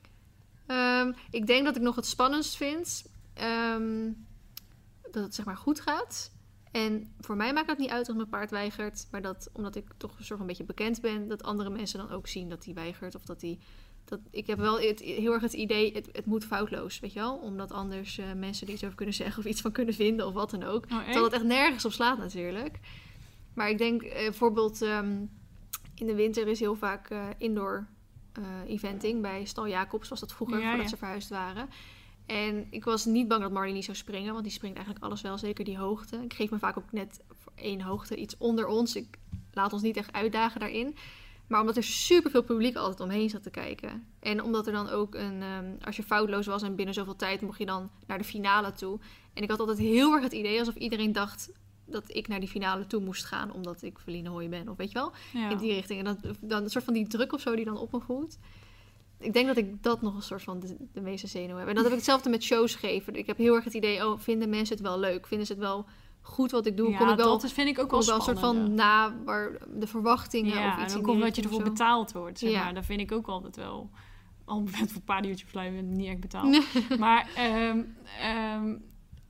Um, ik denk dat ik nog het spannendst vind um, dat het zeg maar goed gaat. En voor mij maakt het niet uit als mijn paard weigert. Maar dat, omdat ik toch een soort van een beetje bekend ben... dat andere mensen dan ook zien dat hij weigert. Of dat hij dat, ik heb wel het, heel erg het idee, het, het moet foutloos, weet je wel? Omdat anders uh, mensen er iets over kunnen zeggen of iets van kunnen vinden of wat dan ook. Oh, terwijl het echt nergens op slaat natuurlijk. Maar ik denk uh, bijvoorbeeld um, in de winter is heel vaak uh, indoor uh, eventing. Bij Stal Jacobs was dat vroeger, ja, voordat ja. ze verhuisd waren. En ik was niet bang dat Marley niet zou springen, want die springt eigenlijk alles wel, zeker die hoogte. Ik geef me vaak ook net voor één hoogte iets onder ons. Ik laat ons niet echt uitdagen daarin. Maar omdat er superveel publiek altijd omheen zat te kijken. En omdat er dan ook een... Um, als je foutloos was en binnen zoveel tijd mocht je dan naar de finale toe. En ik had altijd heel erg het idee alsof iedereen dacht dat ik naar die finale toe moest gaan. Omdat ik Feline Hooy ben, of weet je wel? Ja. In die richting. En dat, dan een soort van die druk of zo die dan op me voelt. Ik denk dat ik dat nog een soort van de, de meeste zenuw heb. En dat heb ik hetzelfde met shows geven. Ik heb heel erg het idee, oh, vinden mensen het wel leuk? Vinden ze het wel goed wat ik doe? Ja, kom ik wel, dat vind ik ook wel, wel een soort van na waar de verwachtingen ja, of iets en in ook omdat je ervoor betaald wordt, zeg ja. maar. Dat vind ik ook altijd wel... Al met voor een paar uurtjes blijven niet echt betaald. maar um, um,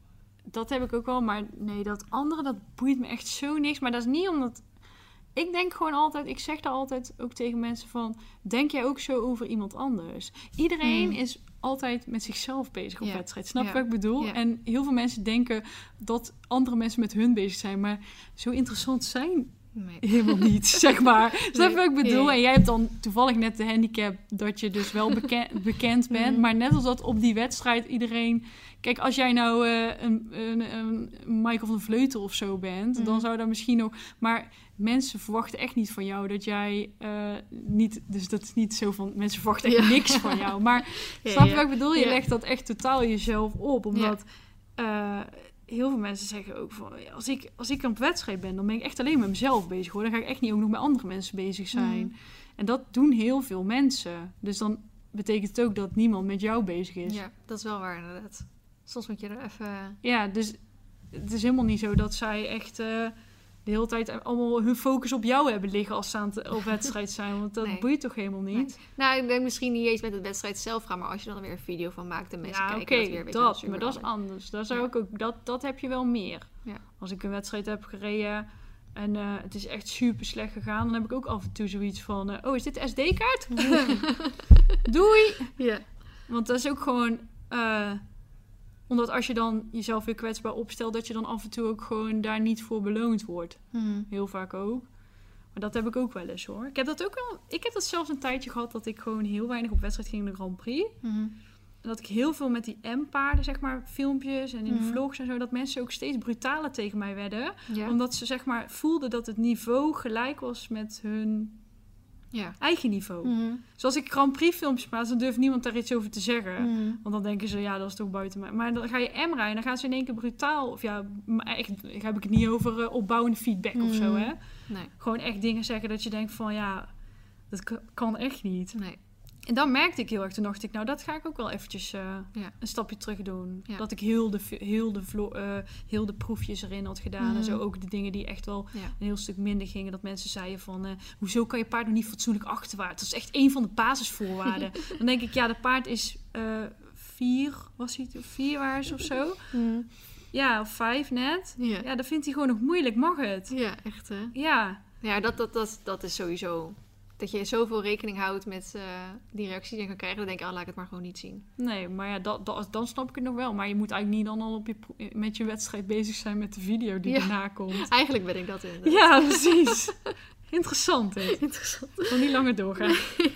dat heb ik ook wel. Maar nee, dat andere, dat boeit me echt zo niks. Maar dat is niet omdat... Ik denk gewoon altijd, ik zeg daar altijd ook tegen mensen van... Denk jij ook zo over iemand anders? Iedereen mm. is altijd met zichzelf bezig op ja. wedstrijd. Snap je ja. wat ik bedoel? Ja. En heel veel mensen denken dat andere mensen met hun bezig zijn. Maar zo interessant zijn nee. helemaal niet, zeg maar. Snap je nee. wat ik bedoel? Nee. En jij hebt dan toevallig net de handicap dat je dus wel beken- bekend bent. Mm. Maar net als dat op die wedstrijd iedereen... Kijk, als jij nou uh, een, een, een Michael van Vleuten of zo bent... Mm. dan zou dat misschien nog... Maar mensen verwachten echt niet van jou dat jij uh, niet... Dus dat is niet zo van... Mensen verwachten echt ja. niks van jou. Maar ja, snap je ja. wat ik bedoel? Je ja. legt dat echt totaal jezelf op. Omdat ja. uh, heel veel mensen zeggen ook van... Als ik, als ik op wedstrijd ben, dan ben ik echt alleen met mezelf bezig. Hoor. Dan ga ik echt niet ook nog met andere mensen bezig zijn. Mm. En dat doen heel veel mensen. Dus dan betekent het ook dat niemand met jou bezig is. Ja, dat is wel waar inderdaad. Soms moet je er even... Ja, dus het is helemaal niet zo dat zij echt uh, de hele tijd allemaal hun focus op jou hebben liggen als ze aan het op wedstrijd zijn. Want dat nee. boeit toch helemaal niet? Nee. Nou, ik denk misschien niet eens met de wedstrijd zelf gaan, maar als je dan weer een video van maakt en mensen ja, kijken okay, dat weer... dat, maar dat is anders. Daar zou ja. ik ook, dat, dat heb je wel meer. Ja. Als ik een wedstrijd heb gereden en uh, het is echt super slecht gegaan, dan heb ik ook af en toe zoiets van... Uh, oh, is dit de S D-kaart? Doei! Ja. Want dat is ook gewoon... Uh, Omdat als je dan jezelf weer kwetsbaar opstelt... dat je dan af en toe ook gewoon daar niet voor beloond wordt. Hmm. Heel vaak ook. Maar dat heb ik ook wel eens hoor. Ik heb dat ook al... Ik heb dat zelfs een tijdje gehad... dat ik gewoon heel weinig op wedstrijd ging in de Grand Prix. Hmm. En dat ik heel veel met die M-paarden, zeg maar, filmpjes... en in de hmm. vlogs en zo... dat mensen ook steeds brutaler tegen mij werden. Ja. Omdat ze zeg maar voelden dat het niveau gelijk was met hun... Ja. eigen niveau. Mm-hmm. Zoals ik Grand Prix filmpjes plaats, dan durft niemand daar iets over te zeggen. Mm-hmm. Want dan denken ze, ja, dat is toch buiten mij. Maar dan ga je M rijden, dan gaan ze in één keer brutaal... Of ja, echt, heb ik het niet over uh, opbouwende feedback mm-hmm. of zo, hè? Nee. Gewoon echt dingen zeggen dat je denkt van, ja, dat k- kan echt niet. Nee. En dan merkte ik heel erg, toen dacht ik, nou, dat ga ik ook wel eventjes uh, ja. een stapje terug doen. Ja. Dat ik heel de, heel, de vlo- uh, heel de proefjes erin had gedaan. Mm-hmm. En zo ook de dingen die echt wel ja. een heel stuk minder gingen. Dat mensen zeiden van, uh, hoezo kan je paard nog niet fatsoenlijk achterwaarts? Dat is echt één van de basisvoorwaarden. Dan denk ik, ja, de paard is uh, vier, was hij vier waars of zo? Mm. Ja, of vijf net. Ja. ja, dat vindt hij gewoon nog moeilijk. Mag het? Ja, echt hè? Ja. Ja, dat, dat, dat, dat is sowieso... Dat je zoveel rekening houdt met uh, die reacties die je kan krijgen. Dan denk ik, oh, laat ik het maar gewoon niet zien. Nee, maar ja, dat, dat, dan snap ik het nog wel. Maar je moet eigenlijk niet dan al op je, met je wedstrijd bezig zijn met de video die ja. erna komt. Eigenlijk ben ik dat inderdaad. Ja, precies. Interessant, hè? Interessant. Van niet langer doorgaan.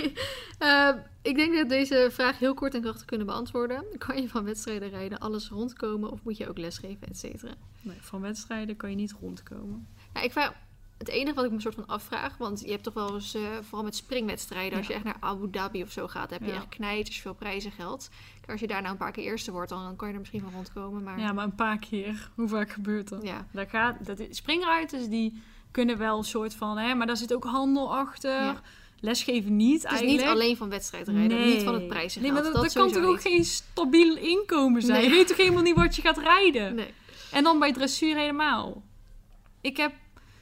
uh, ik denk dat deze vraag heel kort en krachtig kunnen beantwoorden. Kan je van wedstrijden rijden alles rondkomen of moet je ook lesgeven, et cetera? Nee, van wedstrijden kan je niet rondkomen. Ja, ik vraag... Het enige wat ik me soort van afvraag, want je hebt toch wel eens, uh, vooral met springwedstrijden, ja. als je echt naar Abu Dhabi of zo gaat, heb je ja. echt knijters veel prijzengeld. Als je daar nou een paar keer eerste wordt, dan, dan kan je er misschien van rondkomen. Maar... Ja, maar een paar keer. Hoe vaak gebeurt dat? Ja. Dat gaat, dat is, springruiters die kunnen wel een soort van, hè, maar daar zit ook handel achter. Ja. Lesgeven niet eigenlijk. Het is niet alleen van wedstrijdrijden, nee. niet van het prijzengeld. Nee, maar dat, dat, dat kan toch ook geen stabiel inkomen zijn? Nee. Je weet toch helemaal niet wat je gaat rijden? Nee. En dan bij dressuur helemaal. Ik heb...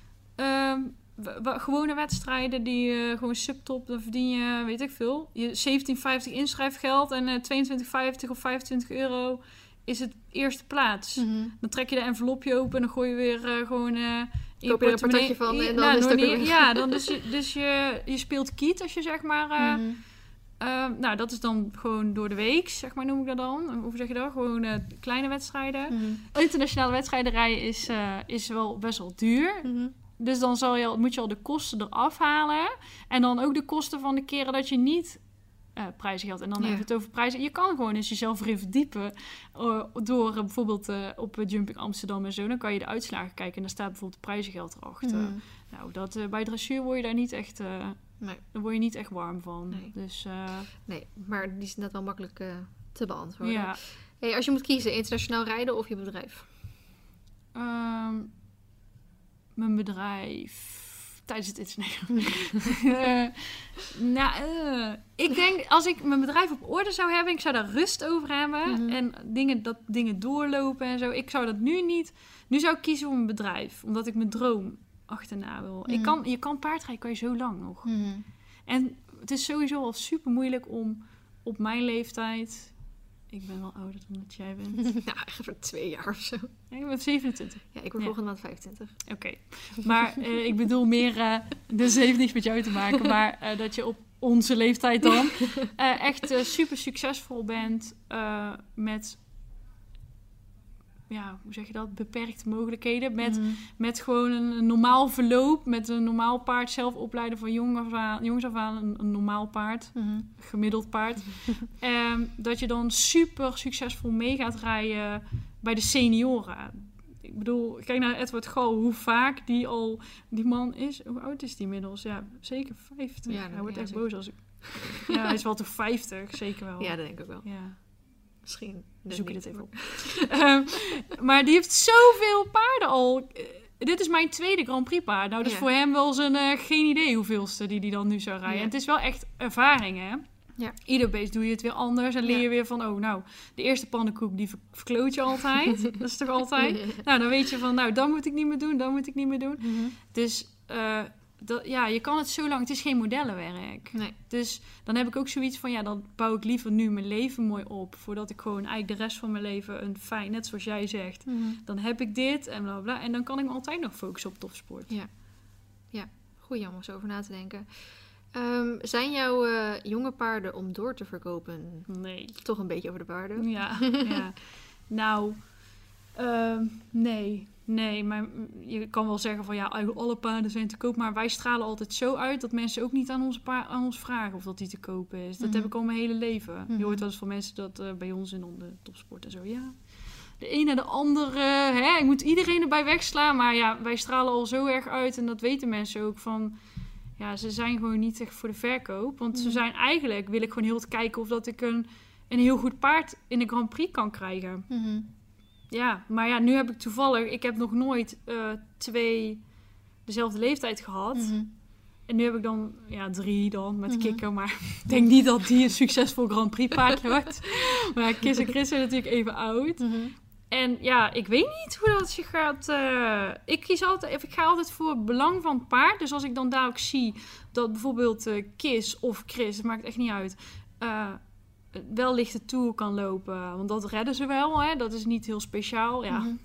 Um, gewone wedstrijden die uh, gewoon subtop, dan verdien je, weet ik veel, je zeventien vijftig inschrijfgeld en uh, tweeëntwintig vijftig of vijfentwintig euro is het eerste plaats. Mm-hmm. Dan trek je de envelopje open en dan gooi je weer uh, gewoon uh, in koop je er een patatje van en dan nou, is het ook niet, ja, dan dus je, dus je, je speelt kiet als je zeg maar uh, mm-hmm. Uh, nou, dat is dan gewoon door de week, zeg maar, noem ik dat dan. Hoe zeg je dat? Gewoon uh, kleine wedstrijden. Mm-hmm. Internationale wedstrijden rijden is, uh, is wel best wel duur. Mm-hmm. Dus dan zal je al, moet je al de kosten eraf halen. En dan ook de kosten van de keren dat je niet uh, prijzengeld. En dan ja. hebben we het over prijzen. Je kan gewoon eens jezelf erin verdiepen. Uh, door uh, bijvoorbeeld uh, op uh, Jumping Amsterdam en zo. Dan kan je de uitslagen kijken. En daar staat bijvoorbeeld prijzengeld erachter. Mm-hmm. Nou, dat, uh, bij dressuur word je daar niet echt... Uh, Nee. Daar word je niet echt warm van. Nee, dus, uh... nee maar die is net wel makkelijk uh, te beantwoorden. Ja. Hey, als je moet kiezen, internationaal rijden of je bedrijf? Um, mijn bedrijf... Tijdens het internationaal. uh, nou, uh, ik denk, als ik mijn bedrijf op orde zou hebben... Ik zou daar rust over hebben. Mm-hmm. En dingen, dat dingen doorlopen en zo. Ik zou dat nu niet... Nu zou ik kiezen voor mijn bedrijf. Omdat ik mijn droom... achterna wil. Mm. Ik kan, je kan paardrijden, kan je zo lang nog. Mm. En het is sowieso al super moeilijk om op mijn leeftijd... Ik ben wel ouder dan dat jij bent. Nou, echt voor twee jaar of zo. Nee, ik ben zevenentwintig. Ja, ik word ja. volgende maand vijfentwintig. Oké. Okay. Maar uh, ik bedoel meer... Uh, dus het heeft niets met jou te maken. Maar uh, dat je op onze leeftijd dan... Uh, echt uh, super succesvol bent uh, met... ja, hoe zeg je dat? Beperkte mogelijkheden. Met, mm. met gewoon een, een normaal verloop. Met een normaal paard zelf opleiden van jong af aan, jongs af aan. Een, een normaal paard. Mm-hmm. Gemiddeld paard. um, dat je dan super succesvol mee gaat rijden bij de senioren. Ik bedoel, kijk naar Edward Gal. Hoe vaak die al... Die man is... Hoe oud is die inmiddels? Ja, zeker vijftig. Ja, hij wordt ja, echt zeker. boos als ik... Ja, hij is wel toch vijftig. Zeker wel. Ja, dat denk ik ook wel. Ja. Misschien. Zoek je dit even op. um, maar die heeft zoveel paarden al. Uh, dit is mijn tweede Grand Prix paard. Nou, dus ja. voor hem wel zijn uh, geen idee hoeveelste die hij dan nu zou rijden. Ja. En het is wel echt ervaring, hè? Ja. Ieder beest doe je het weer anders. En leer je ja. weer van, oh, nou, de eerste pannenkoek, die verkloot je altijd. Dat is toch altijd? Ja. Nou, dan weet je van, nou, dat moet ik niet meer doen, dat moet ik niet meer doen. Mm-hmm. Dus... Uh, Dat, ja, je kan het zo lang... Het is geen modellenwerk. Nee. Dus dan heb ik ook zoiets van... Ja, dan bouw ik liever nu mijn leven mooi op... voordat ik gewoon eigenlijk de rest van mijn leven... een fijn, net zoals jij zegt... Mm-hmm. Dan heb ik dit en bla bla. En dan kan ik me altijd nog focussen op topsport. Ja, ja. Goed om eens over na te denken. Um, zijn jouw uh, jonge paarden om door te verkopen? Nee. Toch een beetje over de paarden? Ja, ja. Nou... Uh, nee... Nee, maar je kan wel zeggen van ja, alle paarden zijn te koop. Maar wij stralen altijd zo uit dat mensen ook niet aan, onze pa- aan ons vragen of dat die te koop is. Dat mm-hmm. heb ik al mijn hele leven. Mm-hmm. Je hoort wel eens van mensen dat uh, bij ons in de topsport en zo. Ja, de een naar de andere. Hè? Ik moet iedereen erbij wegslaan. Maar ja, wij stralen al zo erg uit. En dat weten mensen ook van... Ja, ze zijn gewoon niet echt voor de verkoop. Want mm-hmm. ze zijn eigenlijk... Wil ik gewoon heel goed kijken of dat ik een, een heel goed paard in de Grand Prix kan krijgen. Mm-hmm. Ja, maar ja, nu heb ik toevallig... Ik heb nog nooit uh, twee dezelfde leeftijd gehad. Mm-hmm. En nu heb ik dan... Ja, drie dan met mm-hmm. Kikker. Maar ik denk niet dat die een succesvol Grand Prix paardje wordt. Maar Kis en Chris zijn natuurlijk even oud. Mm-hmm. En ja, ik weet niet hoe dat zich gaat... Uh, ik kies altijd... Of ik ga altijd voor het belang van het paard. Dus als ik dan daar ook zie... Dat bijvoorbeeld uh, Kis of Chris... Het maakt echt niet uit... Uh, wel lichte tour kan lopen. Want dat redden ze wel, hè. Dat is niet heel speciaal, ja. Mm-hmm.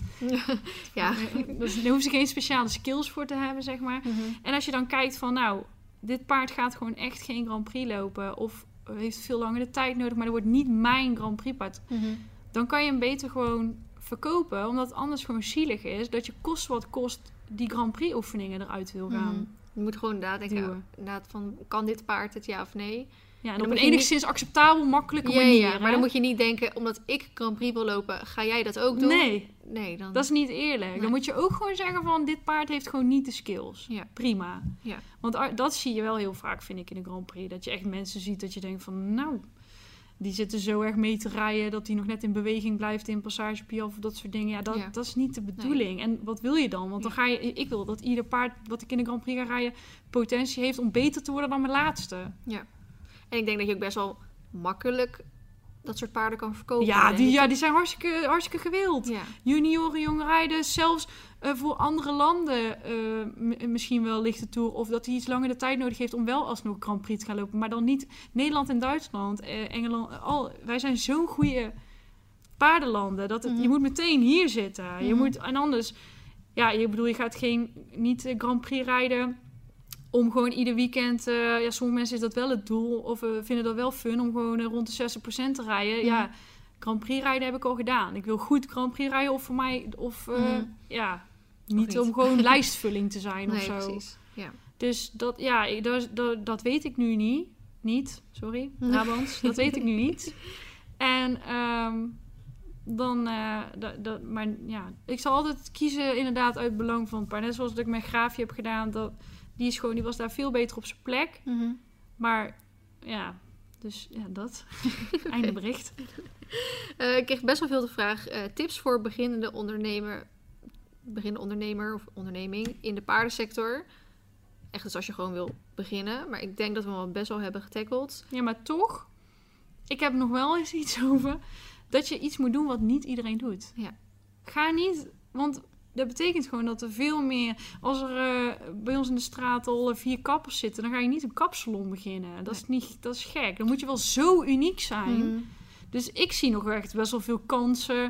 ja. Dus daar hoef je geen speciale skills voor te hebben, zeg maar. Mm-hmm. En als je dan kijkt van, nou... Dit paard gaat gewoon echt geen Grand Prix lopen... of heeft veel langer de tijd nodig... maar dat wordt niet mijn Grand Prix paard... Mm-hmm. Dan kan je hem beter gewoon verkopen... omdat het anders gewoon zielig is... dat je kost wat kost... die Grand Prix oefeningen eruit wil gaan. Mm-hmm. Je moet gewoon inderdaad denken... Ja, inderdaad van, kan dit paard het ja of nee... Ja, en, en op een enigszins niet... acceptabel, makkelijke ja, manier. Ja, maar dan moet je niet denken, omdat ik Grand Prix wil lopen, ga jij dat ook doen? Nee, nee dan... dat is niet eerlijk. Nee. Dan moet je ook gewoon zeggen van, dit paard heeft gewoon niet de skills. Ja. Prima. Ja. Want dat zie je wel heel vaak, vind ik, in de Grand Prix. Dat je echt mensen ziet dat je denkt van, nou, die zitten zo erg mee te rijden... dat die nog net in beweging blijft in Passage Piaf of dat soort dingen. Ja, dat, ja. dat is niet de bedoeling. Nee. En wat wil je dan? Want ja. dan ga je... Ik wil dat ieder paard wat ik in de Grand Prix ga rijden... potentie heeft om beter te worden dan mijn laatste. Ja. En ik denk dat je ook best wel makkelijk dat soort paarden kan verkopen. Ja, die, ja, die zijn hartstikke, hartstikke gewild. Ja. Junioren, jongrijders, zelfs uh, voor andere landen uh, m- misschien wel lichte tour. Of dat hij iets langer de tijd nodig heeft om wel alsnog Grand Prix te gaan lopen. Maar dan niet Nederland en Duitsland, uh, Engeland. Uh, al, wij zijn zo'n goede paardenlanden. Dat het, mm-hmm. Je moet meteen hier zitten. Mm-hmm. Je moet, en anders, ja, je bedoel, je gaat geen, niet uh, Grand Prix rijden... om gewoon ieder weekend... Uh, ja, sommige mensen is dat wel het doel. Of uh, vinden dat wel fun om gewoon uh, rond de zestig procent te rijden. Mm. Ja, Grand Prix rijden heb ik al gedaan. Ik wil goed Grand Prix rijden of voor mij... Of uh, mm. ja, niet, niet om gewoon lijstvulling te zijn nee, of zo. Precies. Ja. Dus dat, ja, dat, dat, dat weet ik nu niet. Niet, sorry, Brabants. Dat weet ik nu niet. En um, dan... Uh, dat, dat, maar ja, ik zal altijd kiezen inderdaad uit het belang van het paard. Net zoals dat ik met Graafje heb gedaan. Dat, die, is gewoon, die was daar veel beter op zijn plek. Mm-hmm. Maar ja, dus ja, dat. Einde bericht. Uh, ik kreeg best wel veel de vraag. Uh, tips voor beginnende ondernemer... beginnende ondernemer of onderneming in de paardensector... Echt dus als je gewoon wil beginnen. Maar ik denk dat we hem al best wel hebben getackled. Ja, maar toch... Ik heb nog wel eens iets over... dat je iets moet doen wat niet iedereen doet. Ja. Ga niet... Want dat betekent gewoon dat er veel meer... Als er uh, bij ons in de straat al uh, vier kappers zitten... dan ga je niet een kapsalon beginnen. Dat, nee. is, niet, dat is gek. Dan moet je wel zo uniek zijn. Mm. Dus ik zie nog echt best wel veel kansen...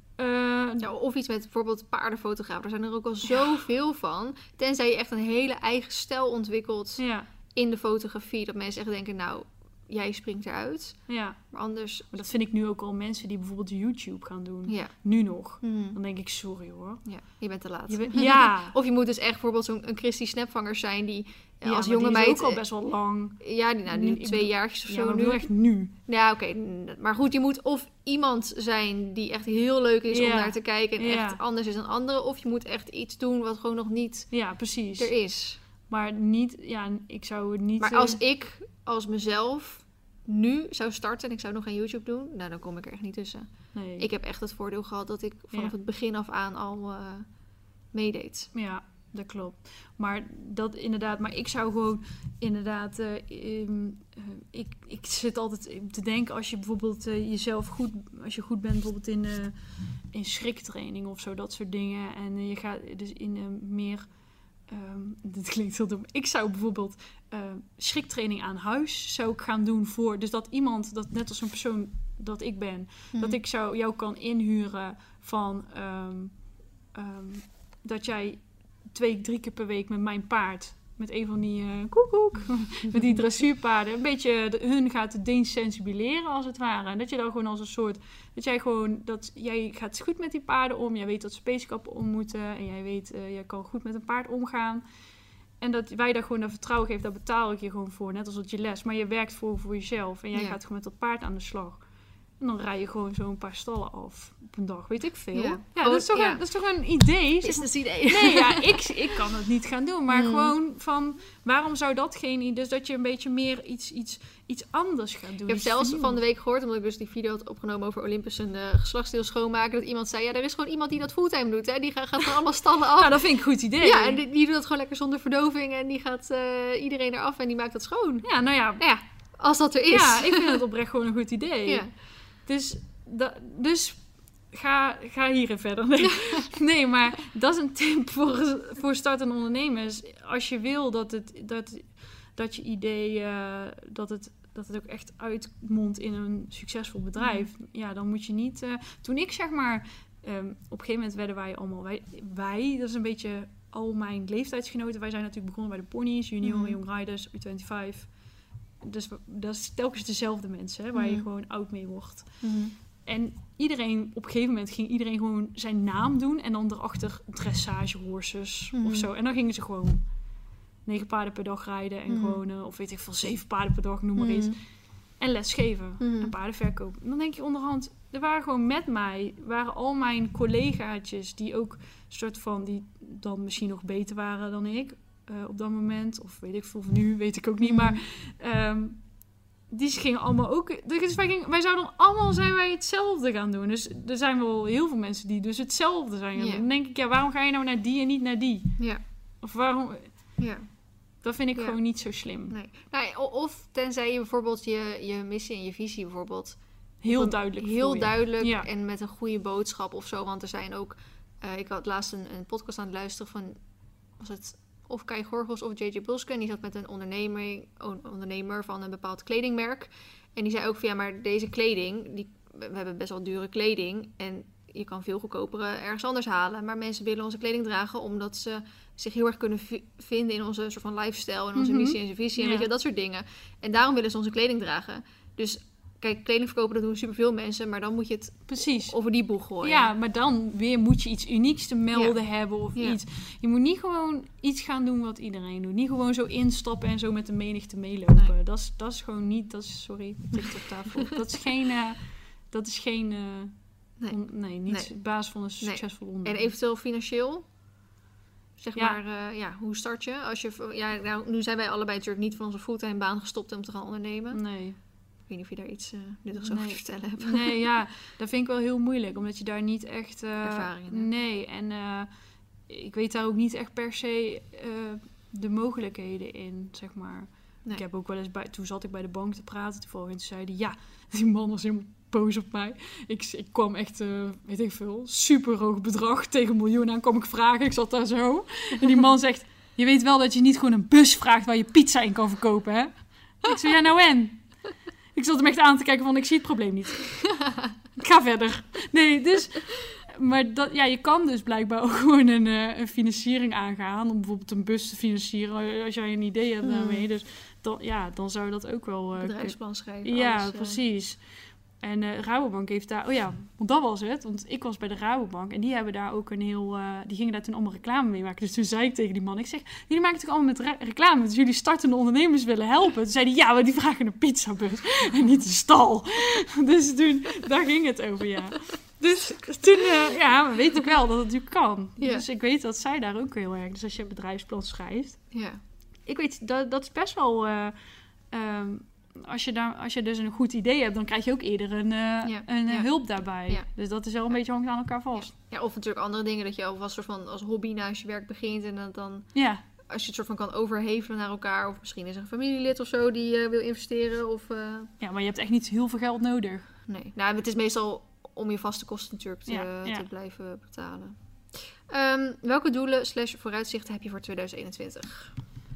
Uh, ja, of iets met bijvoorbeeld paardenfotograaf. Daar zijn er ook al zoveel ja. van. Tenzij je echt een hele eigen stijl ontwikkelt ja. in de fotografie. Dat mensen echt denken, nou, jij springt eruit. Ja. Maar anders... Maar dat vind ik nu ook al mensen die bijvoorbeeld YouTube gaan doen. Ja. Nu nog. Mm. Dan denk ik, sorry hoor. Ja, je bent te laat. Je bent, ja. Of je moet dus echt bijvoorbeeld zo'n een Christy Snapvanger zijn die... Ja, als jonge die meid is ook al best wel lang. Ja, die, nou, nu twee bedoel, jaartjes of ja, zo. Maar nu echt nu. Ja, oké. Okay. Maar goed, je moet of iemand zijn die echt heel leuk is ja. om naar te kijken en ja. echt anders is dan anderen. Of je moet echt iets doen wat gewoon nog niet ja, precies. er is. Maar niet, ja, ik zou het niet... Maar als uh... ik, als mezelf, nu zou starten en ik zou nog geen YouTube doen, nou, dan kom ik er echt niet tussen. Nee. Ik heb echt het voordeel gehad dat ik vanaf ja. het begin af aan al uh, meedeed. Ja. Dat klopt. Maar dat inderdaad... Maar ik zou gewoon inderdaad... Uh, um, uh, ik, ik zit altijd te denken als je bijvoorbeeld uh, jezelf goed... Als je goed bent bijvoorbeeld in, uh, in schriktraining of zo. Dat soort dingen. En uh, je gaat dus in uh, meer... Um, dit klinkt heel dom. Ik zou bijvoorbeeld uh, schriktraining aan huis zou ik gaan doen voor... Dus dat iemand, dat net als een persoon dat ik ben... Mm. Dat ik zou jou kan inhuren van... Um, um, dat jij... twee, drie keer per week met mijn paard. Met een van die uh, koekoek. met die dressuurpaarden. Een beetje de, hun gaat desensibileren als het ware. En dat je dan gewoon als een soort... Dat jij gewoon... Dat jij gaat goed met die paarden om. Jij weet dat spacekappen om moeten. En jij weet... Uh, jij kan goed met een paard omgaan. En dat wij daar gewoon dat vertrouwen geven. Daar betaal ik je gewoon voor. Net als dat je les. Maar je werkt voor, voor jezelf. En jij ja. gaat gewoon met dat paard aan de slag. En dan rij je gewoon zo een paar stallen af op een dag, weet ik veel. Ja, ja, dat, is toch ja. een, dat is toch een idee? Business idee. Nee, ja, ik, ik kan het niet gaan doen. Maar mm. gewoon van, waarom zou dat geen idee... Dus dat je een beetje meer iets, iets, iets anders gaat doen. Ik heb zelfs van de week gehoord, omdat ik dus die video had opgenomen over Olympus een uh, geslachtsdeel schoonmaken, dat iemand zei, ja, er is gewoon iemand die dat fulltime doet. Hè? Die gaat, gaat van allemaal stallen af. Nou, dat vind ik een goed idee. Ja, en die, die doet dat gewoon lekker zonder verdoving en die gaat uh, iedereen eraf en die maakt dat schoon. Ja, nou ja. Nou ja, als dat er is. Ja, ik vind het oprecht gewoon een goed idee. Ja. Dus, da, dus ga, ga hierin verder. Nee. nee, maar dat is een tip voor, voor startende ondernemers. Als je wil dat, het, dat, dat je idee, uh, dat, het, dat het ook echt uitmondt in een succesvol bedrijf. Mm. Ja, dan moet je niet... Uh, toen ik zeg maar... Um, op een gegeven moment werden wij allemaal... Wij, wij, dat is een beetje al mijn leeftijdsgenoten. Wij zijn natuurlijk begonnen bij de ponies, junioren, mm. young riders, U vijfentwintig. Dus dat is telkens dezelfde mensen, hè, waar mm. je gewoon oud mee wordt. Mm. En iedereen, op een gegeven moment ging iedereen gewoon zijn naam doen. En dan erachter dressage horses mm. of zo. En dan gingen ze gewoon negen paarden per dag rijden. En mm. gewoon, uh, of weet ik veel, zeven paarden per dag, noem maar mm. iets. En les geven. Mm. En paarden verkopen. En dan denk je onderhand, er waren gewoon met mij, waren al mijn collegaatjes die ook soort van, die dan misschien nog beter waren dan ik. Uh, op dat moment, of weet ik veel, of nu, weet ik ook niet, mm. maar um, die gingen allemaal ook, dus wij, gingen, wij zouden allemaal zijn wij hetzelfde gaan doen, dus er zijn wel heel veel mensen die dus hetzelfde zijn gaan yeah. doen. Dan denk ik, ja, waarom ga je nou naar die en niet naar die? Ja. Yeah. Of waarom, ja. Yeah. Dat vind ik yeah. gewoon niet zo slim. Nee. Nou, of tenzij je bijvoorbeeld je, je missie en je visie bijvoorbeeld heel een, duidelijk heel duidelijk ja. en met een goede boodschap of zo, want er zijn ook, uh, ik had laatst een, een podcast aan het luisteren van, was het of Kai Gorgels of J J Bulske. En die zat met een ondernemer, ondernemer van een bepaald kledingmerk. En die zei ook van, ja, maar deze kleding, die, we hebben best wel dure kleding. En je kan veel goedkopere ergens anders halen. Maar mensen willen onze kleding dragen omdat ze zich heel erg kunnen v- vinden in onze soort van lifestyle. En onze Mhm. missie en zijn visie. En Ja. weet je, dat soort dingen. En daarom willen ze onze kleding dragen. Dus kijk, kleding verkopen, dat doen superveel mensen. Maar dan moet je het Precies. over die boeg gooien. Ja, maar dan weer moet je iets unieks te melden hebben of Ja. iets. Je moet niet gewoon iets gaan doen wat iedereen doet. Niet gewoon zo instappen en zo met de menigte meelopen. Nee. Dat is, dat is gewoon niet, dat is, sorry, TikTok-tafel. dat is geen, uh, dat is geen, uh, Nee. on, nee, niet Nee. basis van een Nee. succesvol En ondernemen. eventueel financieel. Zeg Ja. maar, uh, ja, hoe start je? Als je ja, nou, nu zijn wij allebei natuurlijk niet van onze fulltime baan gestopt om te gaan ondernemen. Nee. Ik weet niet of je daar iets uh, nuttigs over Nee. te vertellen hebt. Nee, ja, dat vind ik wel heel moeilijk. Omdat je daar niet echt... Uh, Ervaring in hebt. Nee, en uh, ik weet daar ook niet echt per se uh, de mogelijkheden in, zeg maar. Nee. Ik heb ook wel eens bij... Toen zat ik bij de bank te praten toevallig en toen zei die, ja, die man was helemaal boos op mij. Ik, ik kwam echt, uh, weet ik veel, super hoog bedrag tegen een miljoen aan. Kwam ik vragen, ik zat daar zo. En die man zegt, je weet wel dat je niet gewoon een bus vraagt waar je pizza in kan verkopen, hè? Ik zei, ja, nou en? Ik zat hem echt aan te kijken van, ik zie het probleem niet. Ik ga verder. Nee, dus... Maar dat, ja, je kan dus blijkbaar ook gewoon een, uh, een financiering aangaan. Om bijvoorbeeld een bus te financieren. Als jij een idee hebt daarmee. Mm. Dus dan, ja, dan zou dat ook wel... Uh, Bedrijfsplan schrijven. Ja, alles, uh, precies. En uh, Rabobank heeft daar... Oh ja, want dat was het. Want ik was bij de Rabobank. En die hebben daar ook een heel... Uh, die gingen daar toen allemaal reclame mee maken. Dus toen zei ik tegen die man... Ik zeg, jullie maken toch allemaal met re- reclame? Dus jullie startende ondernemers willen helpen? Toen zei hij, ja, maar die vragen een pizzabus. En niet een stal. Dus toen... Daar ging het over, ja. Dus toen... Uh, ja, weet ik wel dat het natuurlijk kan. Ja. Dus ik weet dat zij daar ook heel erg... Dus als je een bedrijfsplan schrijft... Ja. Ik weet, dat, dat is best wel... Uh, um, Als je, daar, als je dus een goed idee hebt, dan krijg je ook eerder een, uh, Ja, een ja. hulp daarbij. Ja. Dus dat is wel een beetje hangt aan elkaar vast. Ja, of natuurlijk andere dingen dat je alvast soort van als hobby naast je werk begint. En dat dan, Ja, als je het soort van kan overhevelen naar elkaar. Of misschien is er een familielid of zo die uh, wil investeren. Of, uh, ja, maar je hebt echt niet heel veel geld nodig. nee, nou, het is meestal om je vaste kosten natuurlijk te, Ja, ja. te blijven betalen. Um, welke doelen slash vooruitzichten heb je voor twintig eenentwintig?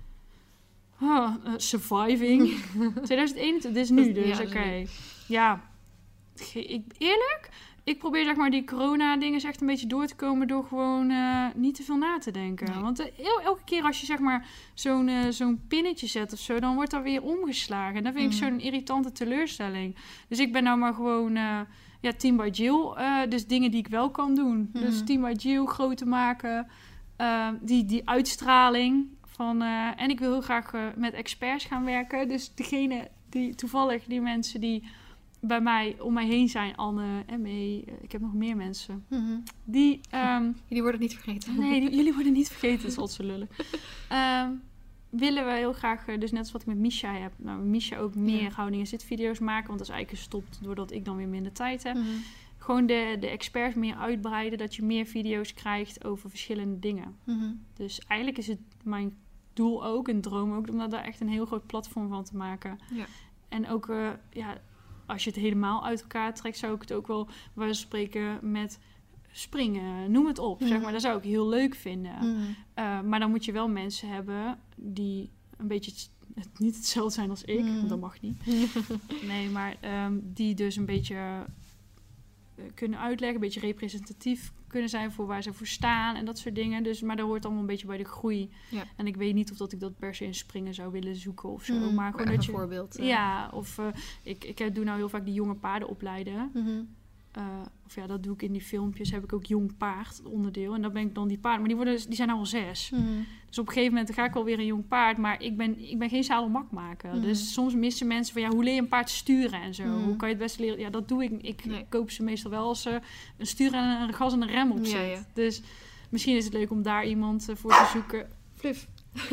Oh, uh, surviving. twintig eenentwintig, dit is nu dus, Ja, oké. dat is Okay. Ja, Ge- ik, eerlijk, ik probeer zeg maar die corona-dingen echt een beetje door te komen door gewoon uh, niet te veel na te denken. Nee. Want uh, el- elke keer als je zeg maar zo'n, uh, zo'n pinnetje zet of zo, dan wordt dat weer omgeslagen. En dat vind Mhm. ik zo'n irritante teleurstelling. Dus ik ben nou maar gewoon... Uh, Ja, Team by Jill. Uh, dus dingen die ik wel kan doen. Mhm. Dus Team by Jill groter maken. Uh, die, die uitstraling. Van, uh, en ik wil heel graag uh, met experts gaan werken. Dus degene die toevallig, die mensen die bij mij om mij heen zijn. Anne, M E, uh, ik heb nog meer mensen. Mm-hmm. Die, um, Jullie worden niet vergeten. nee, die, jullie worden niet vergeten. Dat is altijd zo lullig. Um, willen we heel graag, dus net als wat ik met Misha heb, nou Misha ook meer Ja. houding en zitvideo's maken, want dat is eigenlijk gestopt doordat ik dan weer minder tijd heb. Mm-hmm. Gewoon de, de experts meer uitbreiden, dat je meer video's krijgt over verschillende dingen. Mm-hmm. Dus eigenlijk is het mijn doel ook, een droom ook, om daar echt een heel groot platform van te maken. Ja. En ook, uh, ja, als je het helemaal uit elkaar trekt, zou ik het ook wel, waar we spreken, met springen, noem het op, Mhm. zeg maar. Dat zou ik heel leuk vinden. Mm-hmm. Uh, maar dan moet je wel mensen hebben die een beetje het, het niet hetzelfde zijn als ik. Mm. Want dat mag niet. Nee, maar um, die dus een beetje uh, kunnen uitleggen. Een beetje representatief kunnen zijn voor waar ze voor staan. En dat soort dingen. Dus, maar dat hoort allemaal een beetje bij de groei. Ja. En ik weet niet of dat ik dat per se in springen zou willen zoeken of zo. Mm, Maar gewoon echt dat een je... voorbeeld. uh. Ja, of uh, ik, ik doe nou heel vaak die jonge paarden opleiden. Mm-hmm. Uh, of ja, dat doe ik in die filmpjes. Heb ik ook jong paard onderdeel. En dan ben ik dan die paard. Maar die, worden, die zijn al zes. Mm-hmm. Dus op een gegeven moment ga ik wel weer een jong paard. Maar ik ben, ik ben geen zadelmakmaker. Mhm. Dus soms missen mensen van ja, hoe leer je een paard sturen en zo. Mhm. Hoe kan je het best leren? Ja, dat doe ik. Ik Nee. koop ze meestal wel als er een stuur en een gas en een rem op Ja, zit. ja. Dus misschien is het leuk om daar iemand uh, voor te zoeken. Fluff.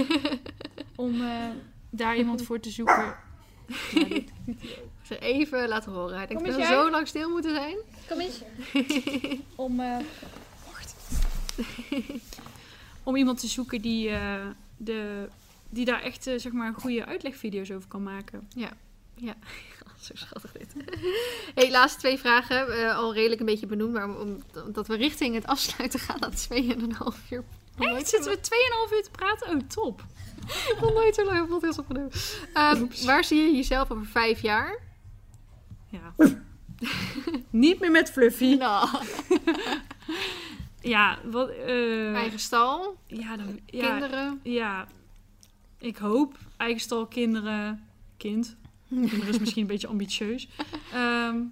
om uh, daar iemand voor te zoeken. Ja, dit- Ze even laten horen. Hij denkt Kom dat eens we jij. zo lang stil moeten zijn. Kom eens. om, uh, wacht. om iemand te zoeken die, uh, de, die daar echt uh, zeg maar goede uitlegvideo's over kan maken. Ja. Ja. Zo schattig dit. Hey, laatste twee vragen. Uh, al redelijk een beetje benoemd. Maar om, omdat we richting het afsluiten gaan na twee en een half uur. Echt? Zitten we tweeënhalf uur te praten? Oh, top. Ik heb nog nooit zo lang een podcast opgenomen. Um, waar zie je jezelf over vijf jaar? Ja. Niet meer met Fluffy. Nou. Ja, wat... Uh, eigen stal. Ja, dan, ja, kinderen. Ja, ik hoop. Eigen stal, kinderen. Kind. Kinderen is misschien een beetje ambitieus. Um,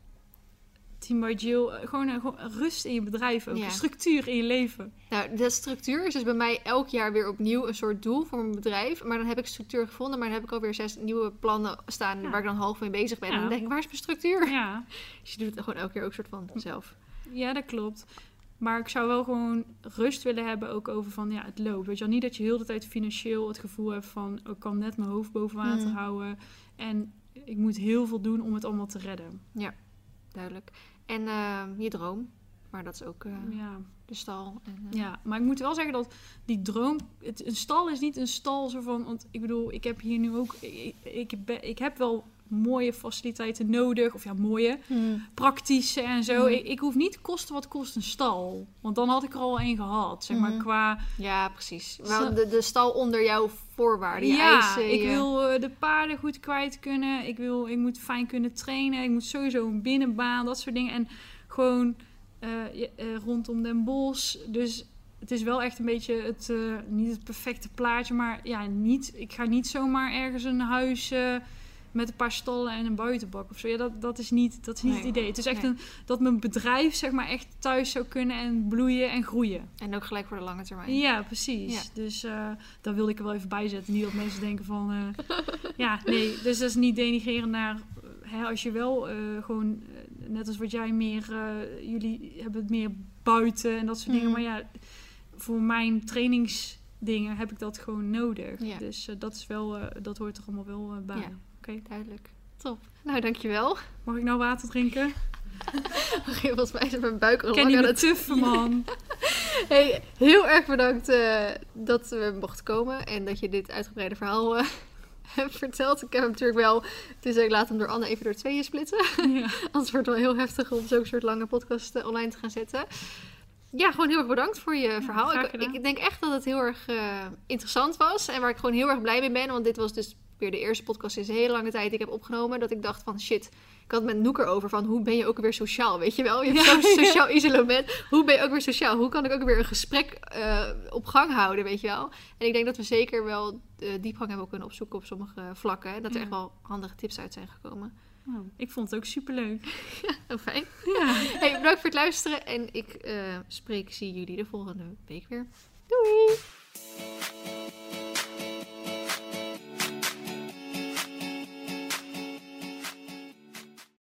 Team by Jill. Gewoon, uh, gewoon rust in je bedrijf ook. Ja. Structuur in je leven. Nou, de structuur is dus bij mij elk jaar weer opnieuw een soort doel voor mijn bedrijf. Maar dan heb ik structuur gevonden. Maar dan heb ik alweer zes nieuwe plannen staan ja. waar ik dan half mee bezig ben. Ja. En dan denk ik, waar is mijn structuur? Ja. Dus je doet het gewoon elke keer ook soort van zelf. Ja, dat klopt. Maar ik zou wel gewoon rust willen hebben ook over van, ja, het loopt. Weet je wel, niet dat je heel de tijd financieel het gevoel hebt van, ik kan net mijn hoofd boven water mm. houden. En ik moet heel veel doen om het allemaal te redden. Ja, duidelijk. En uh, je droom, maar dat is ook uh, ja. de stal. En, uh... Ja, maar ik moet wel zeggen dat die droom, het, een stal is niet een stal zo van, want ik bedoel, ik heb hier nu ook, ik, ik, ben, ik heb wel mooie faciliteiten nodig. Of ja, mooie. Hmm. Praktische en zo. Hmm. Ik, ik hoef niet kosten wat kost een stal. Want dan had ik er al één gehad. Zeg maar hmm. qua... Ja, precies. Maar de, de stal onder jouw voorwaarden. Je ja, eisen, ik je... wil uh, de paarden goed kwijt kunnen. Ik, wil, ik moet fijn kunnen trainen. Ik moet sowieso een binnenbaan. Dat soort dingen. En gewoon uh, uh, rondom Den Bosch. Dus... Het is wel echt een beetje het, uh, niet het perfecte plaatje. Maar ja, niet, ik ga niet zomaar ergens een huis... Uh, met een paar stallen en een buitenbak of zo. Ja, dat, dat is niet, dat is niet nee, het idee. Het is echt nee. een, dat mijn bedrijf zeg maar echt thuis zou kunnen en bloeien en groeien. En ook gelijk voor de lange termijn. Ja, precies. Ja. Dus uh, daar wilde ik er wel even bij zetten. Niet dat mensen denken van... Uh, ja, nee. Dus dat is niet denigreren naar... Hè, als je wel uh, gewoon... Uh, net als wat jij meer... Uh, jullie hebben het meer buiten en dat soort mm. dingen. Maar ja, voor mijn trainingsdingen heb ik dat gewoon nodig. Ja. Dus uh, dat is wel... Uh, dat hoort er allemaal wel uh, bij. Ja. Oké, okay, duidelijk. Top. Nou, dankjewel. Mag ik nou water drinken? Volgens mij is mijn buik al lang aan het tuffen, man. Hey, heel erg bedankt uh, dat we mochten komen en dat je dit uitgebreide verhaal uh, hebt verteld. Ik heb hem natuurlijk wel... Dus ik laat hem door Anne even door tweeën splitsen. Ja. Anders wordt het wel heel heftig om zo'n soort lange podcast uh, online te gaan zetten. Ja, gewoon heel erg bedankt voor je ja, verhaal. Ik, ik denk echt dat het heel erg uh, interessant was en waar ik gewoon heel erg blij mee ben. Want dit was dus... weer de eerste podcast sinds een hele lange tijd die ik heb opgenomen, dat ik dacht van shit, ik had het met Noek erover van hoe ben je ook weer sociaal, weet je wel? Je hebt ja, zo'n sociaal ja. isolement. Hoe ben je ook weer sociaal? Hoe kan ik ook weer een gesprek uh, op gang houden, weet je wel? En ik denk dat we zeker wel uh, diepgang hebben kunnen opzoeken op sommige vlakken. En dat er ja. echt wel handige tips uit zijn gekomen. Oh, ik vond het ook superleuk. Ja, heel fijn. Ja. Hey, bedankt voor het luisteren en ik uh, spreek, zie jullie de volgende week weer. Doei!